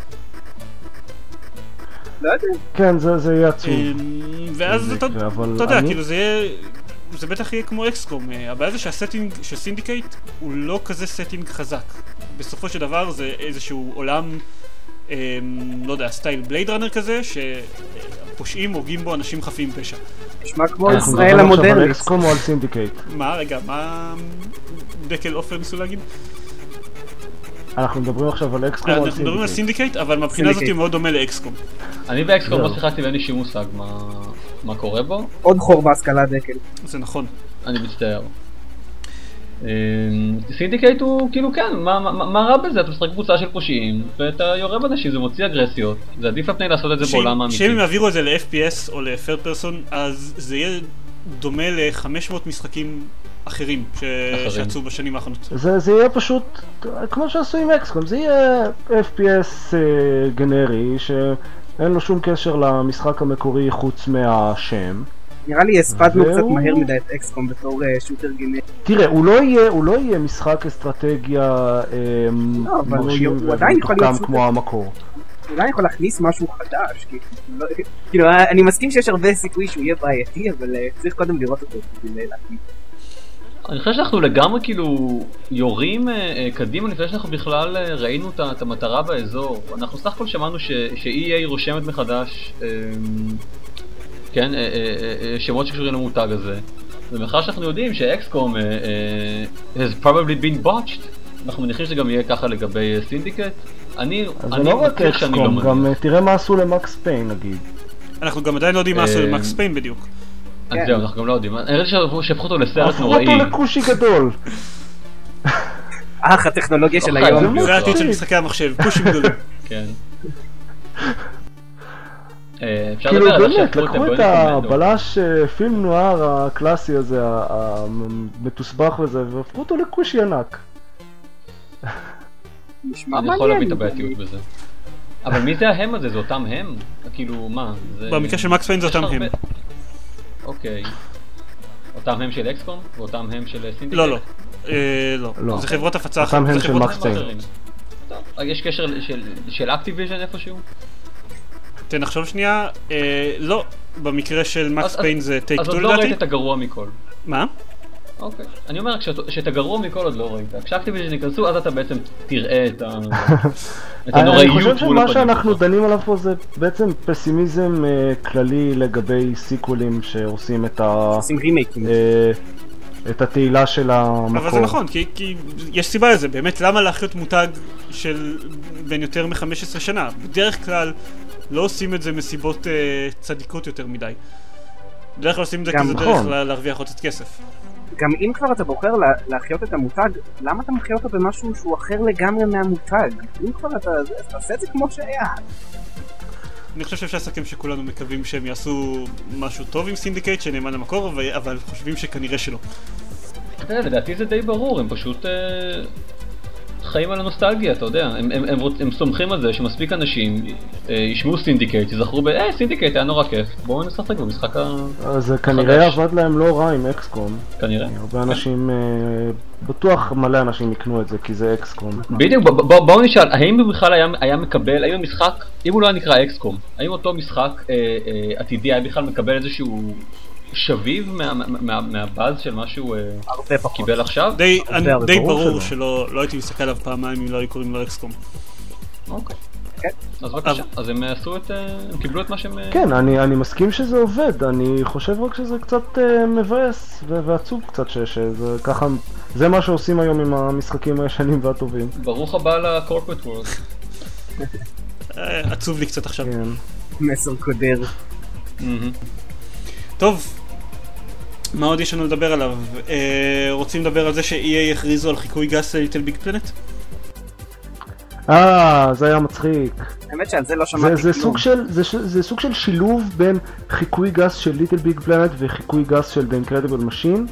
לא יודע.
כן, זה, זה יהיה עצוב.
אמ, ואז
זה
אתה
יקרה, אבל
אתה יודע,
אני-
כאילו זה יהיה, זה בטח יהיה כמו אקסקום. אה, הבעיה זה שהסטינג של סינדיקייט הוא לא כזה סטינג חזק. בסופו של דבר זה איזשהו עולם, אמ, לא יודע, סטייל בלייד ראנר כזה, שפושעים הורגים בו אנשים חפים פשע.
נשמע כמו
אנחנו
ישראל
מדברים עכשיו על
המודרנית.
אקסקום או על סינדיקייט?
מה, רגע, מה דקל עופר ניסו להגיד?
אנחנו מדברים עכשיו על אקסקום או על
אנחנו מדברים על
סינדיקייט?
סינדיקייט, אבל מהבחינה הזאת
סינדיקייט.
הוא מאוד דומה לאקסקום.
אני באקסקום לא
זהו.
שיחקתי ואין לי שום מושג מה- מה קורה בו.
עוד חור בהשכלה דקל.
זה נכון.
אני מצטער. אמ, סינדיקייט הוא כאילו כן, מה- מה מה רע בזה? אתה משחק קבוצה של פושעים ואתה יורה באנשים, זה מוציא אגרסיות. זה עדיף לפני לעשות את זה
שאם-
בעולם האמיתי.
שאם הם יעבירו את זה ל-אף פי אס או ל-third person, אז זה יהיה דומה ל-חמש מאות משחקים אחרים ש-
אחרים.
שיצאו בשנים האחרונות.
זה, זה יהיה פשוט כמו שעשו עם אקסקום, זה יהיה אף פי אס אה, גנרי אין לו שום קשר למשחק המקורי חוץ מהשם.
נראה לי הספדנו
והוא-
קצת מהר מדי את אקסקום בתור אה, שוטר גנרי.
תראה, הוא לא יהיה, הוא לא יהיה משחק אסטרטגיה אמ,
לא, אבל הוא-
מרשים
הוא עדיין יכול להיות
ומתוחכם
סופר.
כמו המקור.
אולי יכול להכניס משהו חדש, כאילו, לא- כאילו, אני מסכים שיש הרבה סיכוי שהוא יהיה בעייתי, אבל אה, צריך קודם לראות אותו בשביל להכניס.
אני חושב שאנחנו לגמרי כאילו יורים אה, אה, קדימה לפני שאנחנו בכלל אה, ראינו את ה- את המטרה באזור. אנחנו סך הכל שמענו ש-E A רושמת מחדש אה, כן, אה, אה, אה, שמות שקשורים למותג הזה. ומאחר שאנחנו יודעים ש-אקסקום אה, אה, has probably been botched, אנחנו מניחים שזה גם יהיה ככה לגבי סינדיקט. אני
אז זה
אני
לא רק
מבטיח שאני לא
אקסקום,
מניח.
גם אה, תראה מה עשו למקס פיין נגיד.
אנחנו גם עדיין לא יודעים מה עשו
אה,
למקס פיין בדיוק.
אז
כן.
זהו, אנחנו גם לא יודעים. אני ראיתי שהפכו אותו לסרט
הפכו
נוראי.
אותו לכושי גדול.
אח הטכנולוגיה של
לא
היום.
חייב.
זה העתיד של משחקי המחשב, פושים גדולים.
כן. אה, אפשר
כאילו
לדבר על איך
באמת,
שהפכו
לקחו
בוני
את
קומנדו.
הבלש אה, פילם נואר הקלאסי הזה, המתוסבך וזה, והפכו אותו לכושי ענק.
נשמע
אני יכול להבין את
מעניין.
הבעייתיות בזה. אבל מי זה ההם הזה? זה אותם הם? כאילו, מה? זה-
במקרה של מקס פיין זה
יש
אותם
הרבה-
הם.
אוקיי. אותם הם של אקסקום? ואותם הם של סינדיקט?
לא, לא. אה, לא.
לא.
זה חברות הפצה
אותם
אחרות.
הם
זה
של
חברות
מקס
הפצה
פיין.
אחרות.
טוב, אז יש קשר של- של אקטיביז'ן איפשהו?
תן נחשוב שנייה. אה, לא. במקרה של מקס
אז-
פיין זה טייק
אז
טו
עוד לא ראית
לדעתי.
את הגרוע מכל.
מה?
אוקיי. אני אומר כשאת- שאת הגרוע מכל עוד לא ראית. כשאקטיביז'ן ייכנסו אז אתה בעצם תראה את ה... את
אני
הנוראיות
חושב
מול
שמה
הפנים
שאנחנו
שלך.
דנים עליו פה זה בעצם פסימיזם אה, כללי לגבי סיקוולים שעושים את ה...
עושים רימייקים.
אה, את התהילה של המקור.
אבל זה נכון, כי, כי יש סיבה לזה, באמת למה להחיות מותג של בין יותר מ-חמש עשרה שנה? בדרך כלל לא עושים את זה מסיבות אה, צדיקות יותר מדי. בדרך כלל עושים את זה
גם
כי זה
נכון.
דרך לה- להרוויח עוד קצת כסף.
גם אם כבר אתה בוחר לה- להחיות את המותג, למה אתה מחיה אותו במשהו שהוא אחר לגמרי מהמותג? אם כבר אתה... אז תעשה את זה כמו שהיה.
אני חושב שאפשר לסכם שכולנו מקווים שהם יעשו משהו טוב עם סינדיקייט שנאמן למקור, אבל- אבל חושבים שכנראה שלא.
תראה, לדעתי זה די ברור, הם פשוט אה, חיים על הנוסטלגיה, אתה יודע. הם, הם, הם, רוצ- הם סומכים על זה שמספיק אנשים אה, ישמעו סינדיקייט, יזכרו ב... אה, סינדיקייט היה נורא כיף. בואו נשחק במשחק ה...
אז זה כנראה
חדש.
עבד להם לא רע עם אקסקום.
כנראה.
הרבה אנשים, אה, בטוח מלא אנשים יקנו את זה כי זה אקסקום.
בדיוק, בואו בוא, בואו נשאל, האם הוא בכלל היה, היה מקבל, האם המשחק, אם הוא לא היה נקרא אקסקום, האם אותו משחק אה, אה, עתידי היה בכלל מקבל איזשהו שביב מה, מה, מה, מהבאז של מה שהוא אה,
הרבה פחות.
קיבל עכשיו?
די,
הרבה
אני,
הרבה
די
ברור
ברור
שלא.
שלא לא הייתי מסתכל עליו פעמיים אם לא היו קוראים לו אקסקום.
אוקיי.
כן.
אז בבקשה, אז הם עשו את, אה, הם קיבלו את מה שהם... אה,
כן, אני, אני מסכים שזה עובד, אני חושב רק שזה קצת אה, מבאס ו- ועצוב קצת ש- שזה ככה, זה מה שעושים היום עם המשחקים הישנים והטובים.
ברוך הבא לקורפרט וורלד.
אה, עצוב לי קצת עכשיו.
כן.
מסר קודר.
טוב, מה עוד יש לנו לדבר עליו? אה, רוצים לדבר על זה ש-E A הכריזו על חיקוי גס לליטל ביג פלנט?
אה, זה היה מצחיק.
האמת שעל זה לא
זה,
שמעתי
זה,
כלום.
סוג של, זה, ש- זה סוג של שילוב בין חיקוי גס של ליטל ביג פלנט וחיקוי גס של The Incredible Machine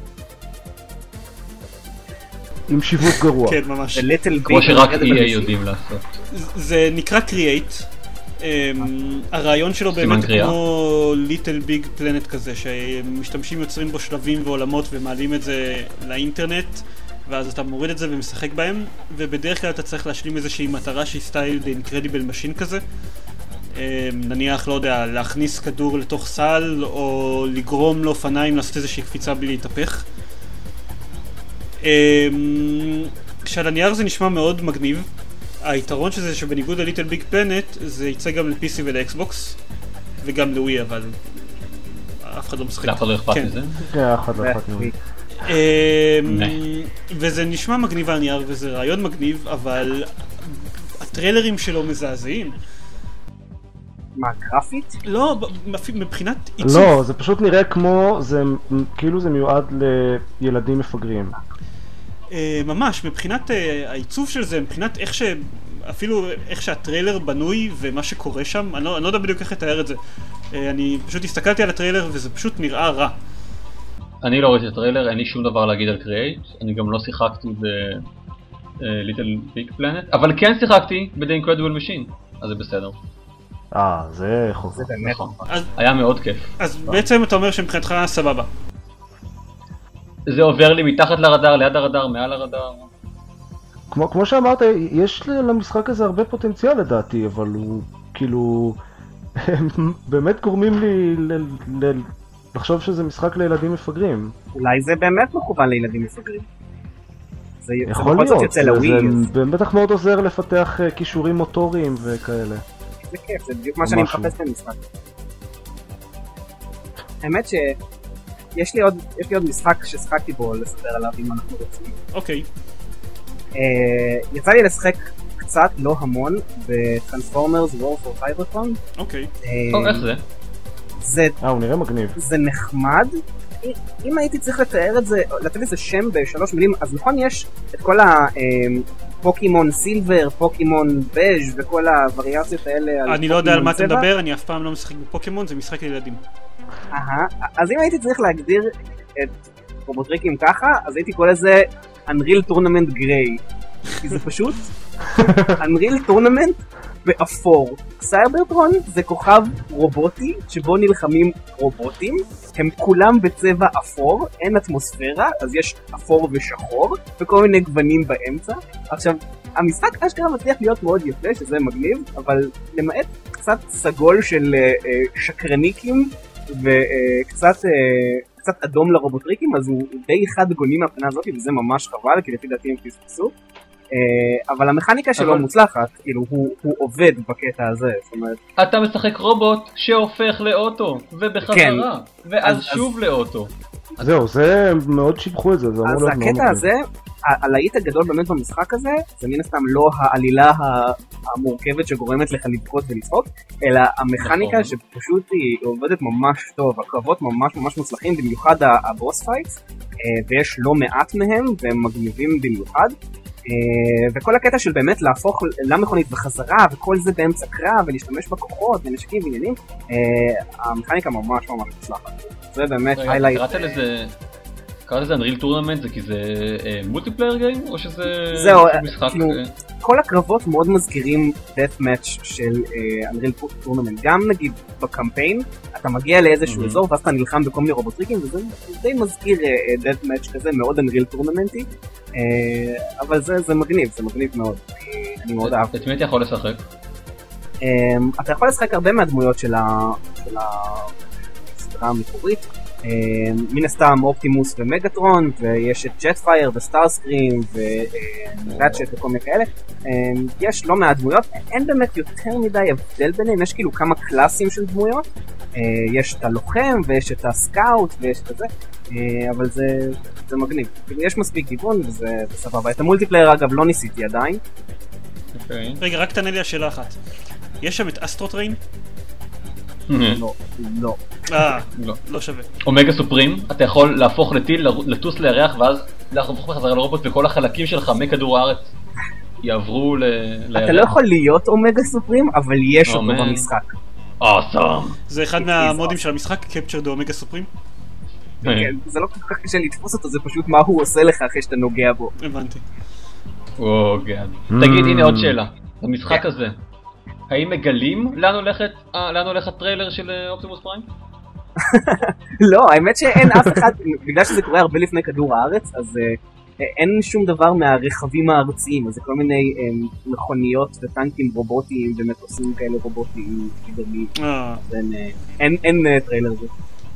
עם שיווק גרוע.
כן, ממש.
The Little
כמו
Big
שרק
Incredible
E A
Machine.
יודעים לעשות.
זה נקרא Create. Um, הרעיון שלו
סימן
באמת
קריאה.
כמו ליטל ביג פלנט כזה, שמשתמשים יוצרים בו שלבים ועולמות ומעלים את זה לאינטרנט, ואז אתה מוריד את זה ומשחק בהם, ובדרך כלל אתה צריך להשלים איזושהי מטרה שהיא סטייל The Incredible Machine כזה. Um, נניח, לא יודע, להכניס כדור לתוך סל, או לגרום לאופניים לעשות איזושהי קפיצה בלי להתהפך. Um, שעל הנייר זה נשמע מאוד מגניב. היתרון של זה שבניגוד לליטל ביג פלנט זה יצא גם ל-פי סי ול-Xbox וגם לווי, אבל אף אחד לא משחק.
לאף אחד לא אכפת
כן.
מזה.
כן, אחת לאחת מהם.
אמ,
נה.
וזה נשמע מגניב על הנייר וזה רעיון מגניב, אבל הטריילרים שלו מזעזעים.
מה, גרפית?
לא, ב- מבחינת עיצוב.
לא, זה פשוט נראה כמו, זה כאילו זה מיועד לילדים מפגרים.
אה, ממש, מבחינת אה, העיצוב של זה, מבחינת איך ש... אפילו איך שהטריילר בנוי ומה שקורה שם, אני לא, אני לא יודע בדיוק איך לתאר את זה. אה, אני פשוט הסתכלתי על הטריילר וזה פשוט נראה רע.
אני לא ראיתי את הטריילר, אין לי שום דבר להגיד על קריאייט, אני גם לא שיחקתי ב-Little Big Planet, אבל כן שיחקתי ב-The Incredible Machine, אז זה בסדר.
אה, זה חובה.
זה באמת.
אז-
היה מאוד כיף.
אז בעצם אתה אומר שמבחינתך סבבה.
זה עובר לי מתחת לרדאר, ליד הרדאר, מעל הרדאר.
כמו, כמו שאמרת, יש למשחק הזה הרבה פוטנציאל לדעתי, אבל הוא כאילו... הם באמת גורמים לי ל, ל, לחשוב שזה משחק לילדים מפגרים.
אולי זה באמת מכוון לילדים מפגרים. זה זה
יכול
בכל זאת
להיות,
יוצא
זה,
לווי.
זה בטח מאוד עוזר לפתח אה, כישורים מוטוריים וכאלה.
זה כיף, זה בדיוק מה שאני
משהו.
מחפש במשחק. האמת שיש לי עוד יש לי עוד משחק ששחקתי בו לספר עליו אם אנחנו רוצים.
אוקיי.
אה, יצא לי לשחק קצת, לא המון, בטרנספורמרס War for Cybertron.
אוקיי.
אה,
טוב, איך זה?
זה
אה, הוא נראה מגניב.
זה נחמד. אם הייתי צריך לתאר את זה, לתת לזה שם בשלוש מילים, אז נכון יש את כל הפוקימון סילבר, פוקימון בז' וכל הווריאציות האלה על
אני לא יודע על מה אתה
פוקימון צבע.
מדבר, אני אף פעם לא משחק בפוקימון, זה משחק לילדים.
אהה, אז אם הייתי צריך להגדיר את רובוטריקים ככה, אז הייתי קורא לזה Unreal Tournament Grey. כי זה פשוט Unreal Tournament באפור. סייברטרון זה כוכב רובוטי שבו נלחמים רובוטים, הם כולם בצבע אפור, אין אטמוספירה, אז יש אפור ושחור וכל מיני גוונים באמצע. עכשיו, המשחק אשכרה מצליח להיות מאוד יפה, שזה מגניב, אבל למעט קצת סגול של uh, uh, שקרניקים וקצת uh, uh, קצת אדום לרובוטריקים, אז הוא די חד גוני מהבחינה הזאת, וזה ממש חבל, כי לפי דעתי הם פספסו. Uh, אבל המכניקה שלו
אבל...
מוצלחת, כאילו הוא, הוא עובד בקטע הזה, זאת אומרת...
אתה משחק רובוט שהופך לאוטו, ובחזרה,
כן.
ואז
אז-
שוב לאוטו.
זהו, זה מאוד שיבחו את זה, זה אמור
אז
להיות מאוד
הקטע הזה, ה- הלהיט הגדול באמת במשחק הזה, זה מן הסתם לא העלילה ה- המורכבת שגורמת לך לבכות ולצחוק, אלא המכניקה
נכון.
שפשוט היא עובדת ממש טוב, הקרבות ממש ממש מוצלחים, במיוחד ה- הבוס פייטס, אה, ויש לא מעט מהם, והם מגניבים במיוחד. אה, וכל הקטע של באמת להפוך למכונית וחזרה וכל זה באמצע קרב ולהשתמש בכוחות ונשקים ועניינים, אה, המכניקה ממש ממש מוצלחת. זה באמת
רגע,
היילייט.
קראת לזה... קראת לזה Unreal Tournament זה כי זה מולטיפלייר גיים? או שזה
זהו,
משחק...
כאילו,
אה,
כל הקרבות מאוד מזכירים death match של uh, Unreal Tournament. גם נגיד בקמפיין, אתה מגיע לאיזשהו
Mhm.
אזור ואז אתה נלחם בכל מיני רובוטריקים, וזה די מזכיר uh, death match כזה, מאוד Unreal Tournamenty, uh, אבל זה, זה מגניב, זה מגניב מאוד. אני, אני מאוד אהבתי.
את מי אתה יכול לשחק?
Um, אתה יכול לשחק הרבה מהדמויות של ה- של הסדרה המקורית. Um, מן הסתם אופטימוס ומגטרון, ויש את ג'טפייר וסטארסקרים וגאצ'ט וכל מיני כאלה. Um, יש לא מעט דמויות, אין באמת יותר מדי הבדל ביניהם, יש כאילו כמה קלאסים של דמויות. Uh, יש את הלוחם ויש את הסקאוט ויש את זה, uh, אבל זה, זה מגניב. כאילו, יש מספיק גיוון וזה זה סבבה. את המולטיפלייר אגב לא ניסיתי עדיין.
אוקיי.
רגע, רק תענה לי השאלה אחת. יש שם את אסטרוטריין?
לא, לא.
אה,
לא.
לא שווה.
אומגה סופרים, אתה יכול להפוך לטיל, לטוס לירח ואז להפוך בחזרה לרובוט וכל החלקים שלך מכדור הארץ יעברו ל- לירח.
אתה לא יכול להיות אומגה סופרים, אבל יש אותו
אמן.
במשחק.
אוסם.
זה אחד מהמודים של המשחק, קפצ'ר דה אומגה סופרים.
כן, זה לא כל כך קשה לתפוס אותו, זה פשוט מה הוא עושה לך אחרי שאתה נוגע בו.
הבנתי.
או גאד. תגיד, הנה עוד שאלה. במשחק הזה, האם מגלים לאן הולכת, אה, לאן הולך הטריילר של אה, אופטימוס פריים?
לא, האמת שאין אף אחד, בגלל שזה קורה הרבה לפני כדור הארץ, אז uh, אין שום דבר מהרכבים הארציים, אז זה כל מיני um, מכוניות וטנקים רובוטיים ומטוסים כאלה רובוטיים.
אה.
אין, uh, אין, אין uh, טריילר זה.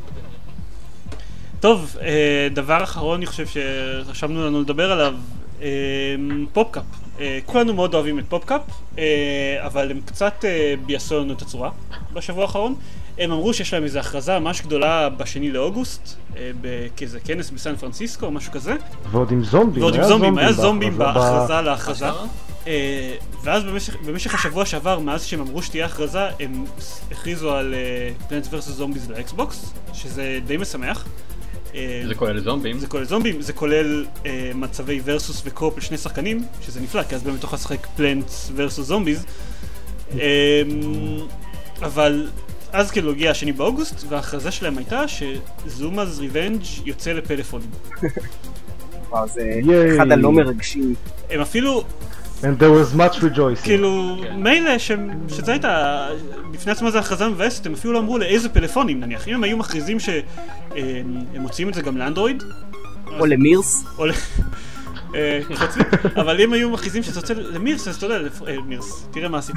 טוב, אה, דבר אחרון אני חושב שרשמנו לנו לדבר עליו, אה, פופקאפ. אה, כולנו מאוד אוהבים את פופקאפ, אה, אבל הם קצת אה, ביאסו לנו את הצורה בשבוע האחרון. הם אמרו שיש להם איזו הכרזה ממש גדולה בשני לאוגוסט, אה, בכזה כנס בסן פרנסיסקו או משהו כזה.
ועוד עם זומבים,
ועוד עם זומבים, היה זומבים בהכרזה
ב-
להכרזה. אה, ואז במשך, במשך השבוע שעבר, מאז שהם אמרו שתהיה הכרזה, הם הכריזו על פלנטס ורסוס זומביז לאקסבוקס, שזה די משמח. אה,
זה כולל זומבים.
זה כולל זומבים, זה כולל אה, מצבי ורסוס וקופ לשני שחקנים, שזה נפלא, כי אז באמת תוכל לשחק פלנטס ורסוס זומביז. אה, אבל אז כאילו הגיע השני באוגוסט, וההכרזה שלהם הייתה שזומאז ריבנג' יוצא לפלאפונים.
וואו, זה
ייי.
אחד הלא מרגשים.
הם אפילו,
And there was much rejoicing.
כאילו, מילא שזה הייתה, בפני עצמה זה הכרזה מבאסת, הם אפילו לא אמרו לאיזה פלאפונים נניח, אם הם היו מכריזים שהם מוציאים את זה גם לאנדרואיד,
או למירס.
או ל... חוצי, אבל אם היו מכריזים שזה יוצא למירס, אז אתה יודע, מירס, תראה מה עשית.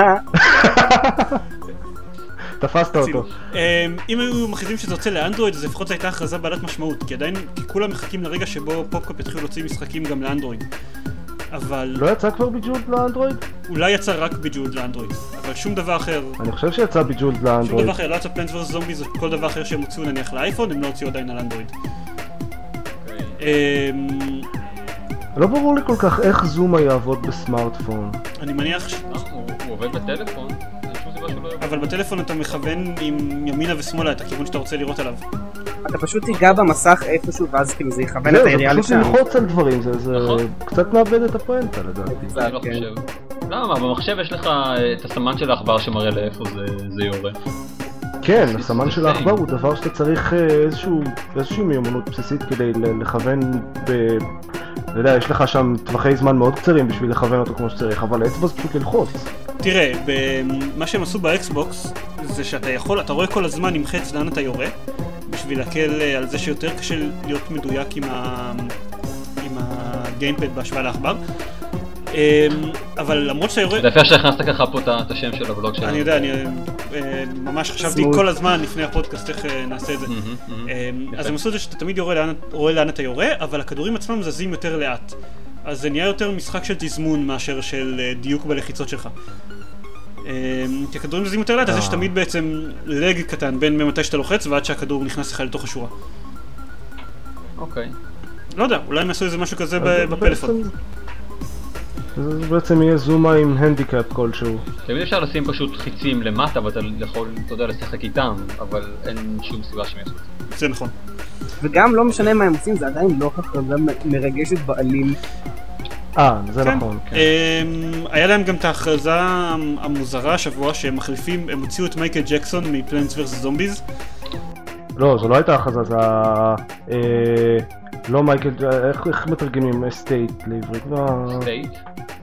תפסת אותו.
אם היו מכריזים שזה יוצא לאנדרואיד, אז לפחות זו הייתה הכרזה בעלת משמעות, כי עדיין, כי כולם מחכים לרגע שבו פופקאפ יתחילו להוציא משחקים גם לאנדרואיד. אבל...
לא יצא כבר ביג'ולד לאנדרואיד?
אולי יצא רק ביג'ולד לאנדרואיד, אבל שום דבר אחר...
אני חושב שיצא ביג'ולד לאנדרואיד.
שום דבר אחר, לא יצא פלנטס ורס זומביז או כל דבר אחר שהם הוציאו נניח לאייפון, הם לא הוציאו עדיין על אנדרואיד.
לא ברור לי כל כך איך זומה יעבוד בסמארטפון.
אני מניח ש...
הוא עובד בטלפון,
אבל בטלפון אתה מכוון עם ימינה ושמאלה את הכיוון שאתה רוצה לראות עליו.
אתה פשוט תיגע במסך איפשהו ואז כאילו זה יכוון את העירייה לשם.
זה פשוט ללחוץ על דברים, זה קצת מאבד את הפואנטה לדעתי.
אני לא חושב. למה? במחשב יש לך את הסמן של העכבר שמראה לאיפה זה יורה.
כן, הסמן של העכבר הוא דבר שאתה צריך איזושהי מיומנות בסיסית כדי לכוון ב... אתה יודע, יש לך שם טווחי זמן מאוד קצרים בשביל לכוון אותו כמו שצריך, אבל האצבע זה פשוט ללחוץ.
תראה, מה שהם עשו באקסבוקס זה שאתה יכול, אתה רואה כל הזמן עם חץ לאן אתה יורה, בשביל להקל על זה שיותר קשה להיות מדויק עם ה... עם הגיימפד בהשוואה לעכבר. אבל למרות שאתה יורה...
זה יפה שהכנסת ככה פה את השם של הבלוג שלנו.
אני יודע, אני ממש חשבתי כל הזמן לפני הפודקאסט איך נעשה את זה. אז הם עשו את זה שאתה תמיד רואה לאן אתה יורה, אבל הכדורים עצמם זזים יותר לאט. אז זה נהיה יותר משחק של תזמון מאשר של דיוק בלחיצות שלך. כי הכדורים זזים יותר לאט, אז יש תמיד בעצם לג קטן בין ממתי שאתה לוחץ ועד שהכדור נכנס לך לתוך השורה.
אוקיי.
לא יודע, אולי הם יעשו איזה משהו כזה בפלאפון.
זה בעצם יהיה זומה עם הנדיקאפ כלשהו.
תמיד אפשר לשים פשוט חיצים למטה ואתה יכול, אתה יודע, לשחק איתם, אבל אין שום סיבה שהם יעשו את זה.
זה נכון.
וגם לא משנה מה הם עושים, זה עדיין לא הכרזה מרגשת בעלים.
אה, זה נכון, כן.
היה להם גם את ההכרזה המוזרה השבוע שהם מחליפים, הם הוציאו את מייקל ג'קסון מפלנטס ורס זומביז.
לא, זו לא הייתה הכרזה, זה ה... לא מייקל, איך מתרגמים אסטייט לעברית?
אסטייט?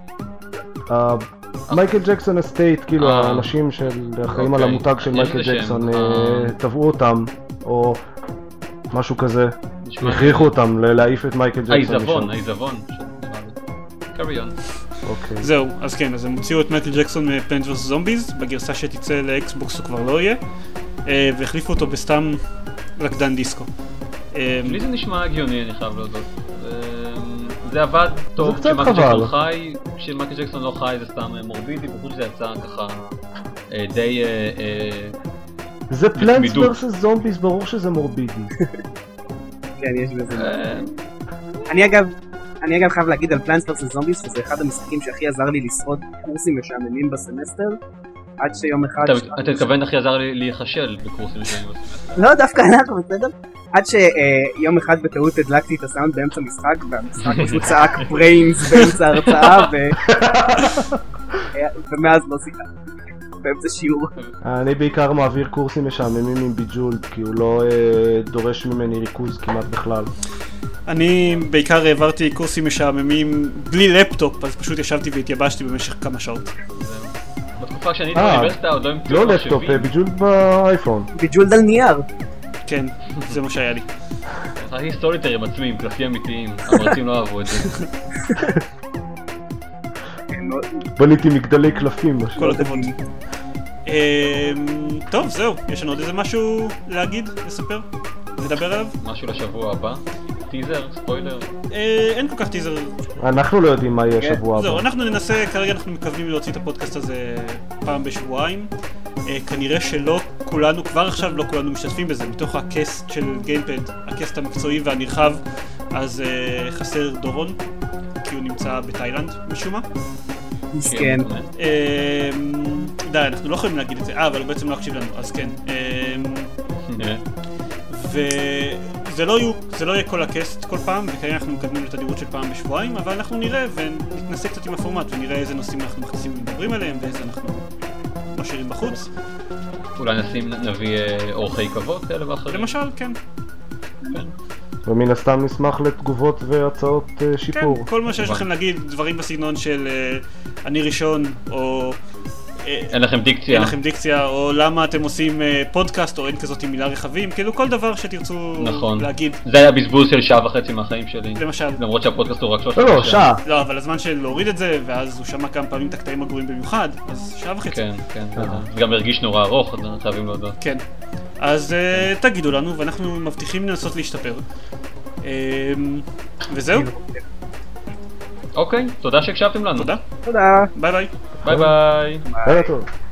מייקל ג'קסון אסטייט, כאילו האנשים שאחראים על המותג של מייקל ג'קסון תבעו אותם, או משהו כזה, הכריחו אותם להעיף את מייקל ג'קסון.
העיזבון, העיזבון. קריון.
זהו, אז כן, אז הם הוציאו את מייקל ג'קסון מפלנטס ורס זומביז, בגרסה שתצא לאקסבוקס הוא כבר לא יהיה, והחליפו אותו בסתם רקדן דיסקו.
לי זה נשמע הגיוני, אני חייב להודות. זה עבד טוב, כשמייקל ג'קסון חי, כשמייקל ג'קסון לא חי זה סתם מורבידי, בחוץ זה יצא ככה די...
זה פלנטס ורס זומביז, ברור שזה מורבידי.
כן, יש בזה. אני אגב, אני אגב חייב להגיד על פלנטס ורס זומביז, שזה אחד המשחקים שהכי עזר לי לשרוד קורסים משעממים בסמסטר. עד שיום אחד...
אתה מתכוון הכי עזר לי להיחשל בקורסים משעממים בסמסטר.
לא, דווקא אנחנו, בסדר? עד שיום אחד בטעות הדלקתי את הסאונד באמצע משחק, והמשחק פשוט צעק פריינס באמצע ההרצאה, ומאז לא שיחקתי. באמצע שיעור.
אני בעיקר מעביר קורסים משעממים עם ביג'ולד, כי הוא לא דורש ממני ריכוז כמעט בכלל.
אני בעיקר העברתי קורסים משעממים בלי לפטופ, אז פשוט ישבתי והתייבשתי במשך כמה שעות.
בתקופה כשאני באוניברסיטה עוד לא עם
לא לפטופ, ביג'ולד באייפון.
ביג'ולד על נייר.
כן, זה מה שהיה לי.
אני סטוריטר עם עצמי, עם קלפים אמיתיים, המרצים לא אהבו את זה.
בניתי מגדלי קלפים.
כל הכבוד. טוב, זהו, יש לנו עוד איזה משהו להגיד, לספר, לדבר עליו?
משהו לשבוע הבא? טיזר? ספוילר?
אין כל כך טיזר.
אנחנו לא יודעים מה יהיה שבוע הבא.
זהו, אנחנו ננסה, כרגע אנחנו מקווים להוציא את הפודקאסט הזה פעם בשבועיים. כנראה שלא כולנו, כבר עכשיו לא כולנו משתתפים בזה, מתוך הקסט של גיימפד, הקסט המקצועי והנרחב, אז חסר דורון, כי הוא נמצא בתאילנד משום מה.
מסכן.
די, אנחנו לא יכולים להגיד את זה, אה, אבל הוא בעצם לא הקשיב לנו, אז כן. וזה לא יהיה כל הקסט כל פעם, וכנראה אנחנו מקדמים לתדירות של פעם בשבועיים, אבל אנחנו נראה ונתנסה קצת עם הפורמט, ונראה איזה נושאים אנחנו מכניסים ומדברים עליהם, ואיזה אנחנו משאירים בחוץ.
אולי נשים, נביא אורחי כבוד כאלה ואחרים?
למשל, כן.
ומן הסתם נשמח לתגובות והצעות אה, שיפור.
כן, כל מה שיש לכם להגיד, דברים בסגנון של אה, אני ראשון, או... אה,
אין לכם דיקציה.
אין לכם דיקציה, או למה אתם עושים אה, פודקאסט, או אין כזאת עם מילה רכבים, כאילו כל דבר שתרצו
נכון.
להגיד.
זה היה בזבוז של שעה וחצי מהחיים שלי.
למשל.
למרות שהפודקאסט הוא רק שלושה.
לא, לא, שעה.
לא, אבל הזמן של להוריד את זה, ואז הוא שמע כמה פעמים את הקטעים הגרועים במיוחד, אז שעה וחצי.
כן, כן, זה גם הרגיש נורא ארוך, אז חייבים להודות.
כן. אז uh, תגידו לנו, ואנחנו מבטיחים לנסות להשתפר. Um, וזהו.
אוקיי, תודה שהקשבתם לנו.
תודה.
תודה.
ביי ביי.
ביי ביי.
לילה טוב.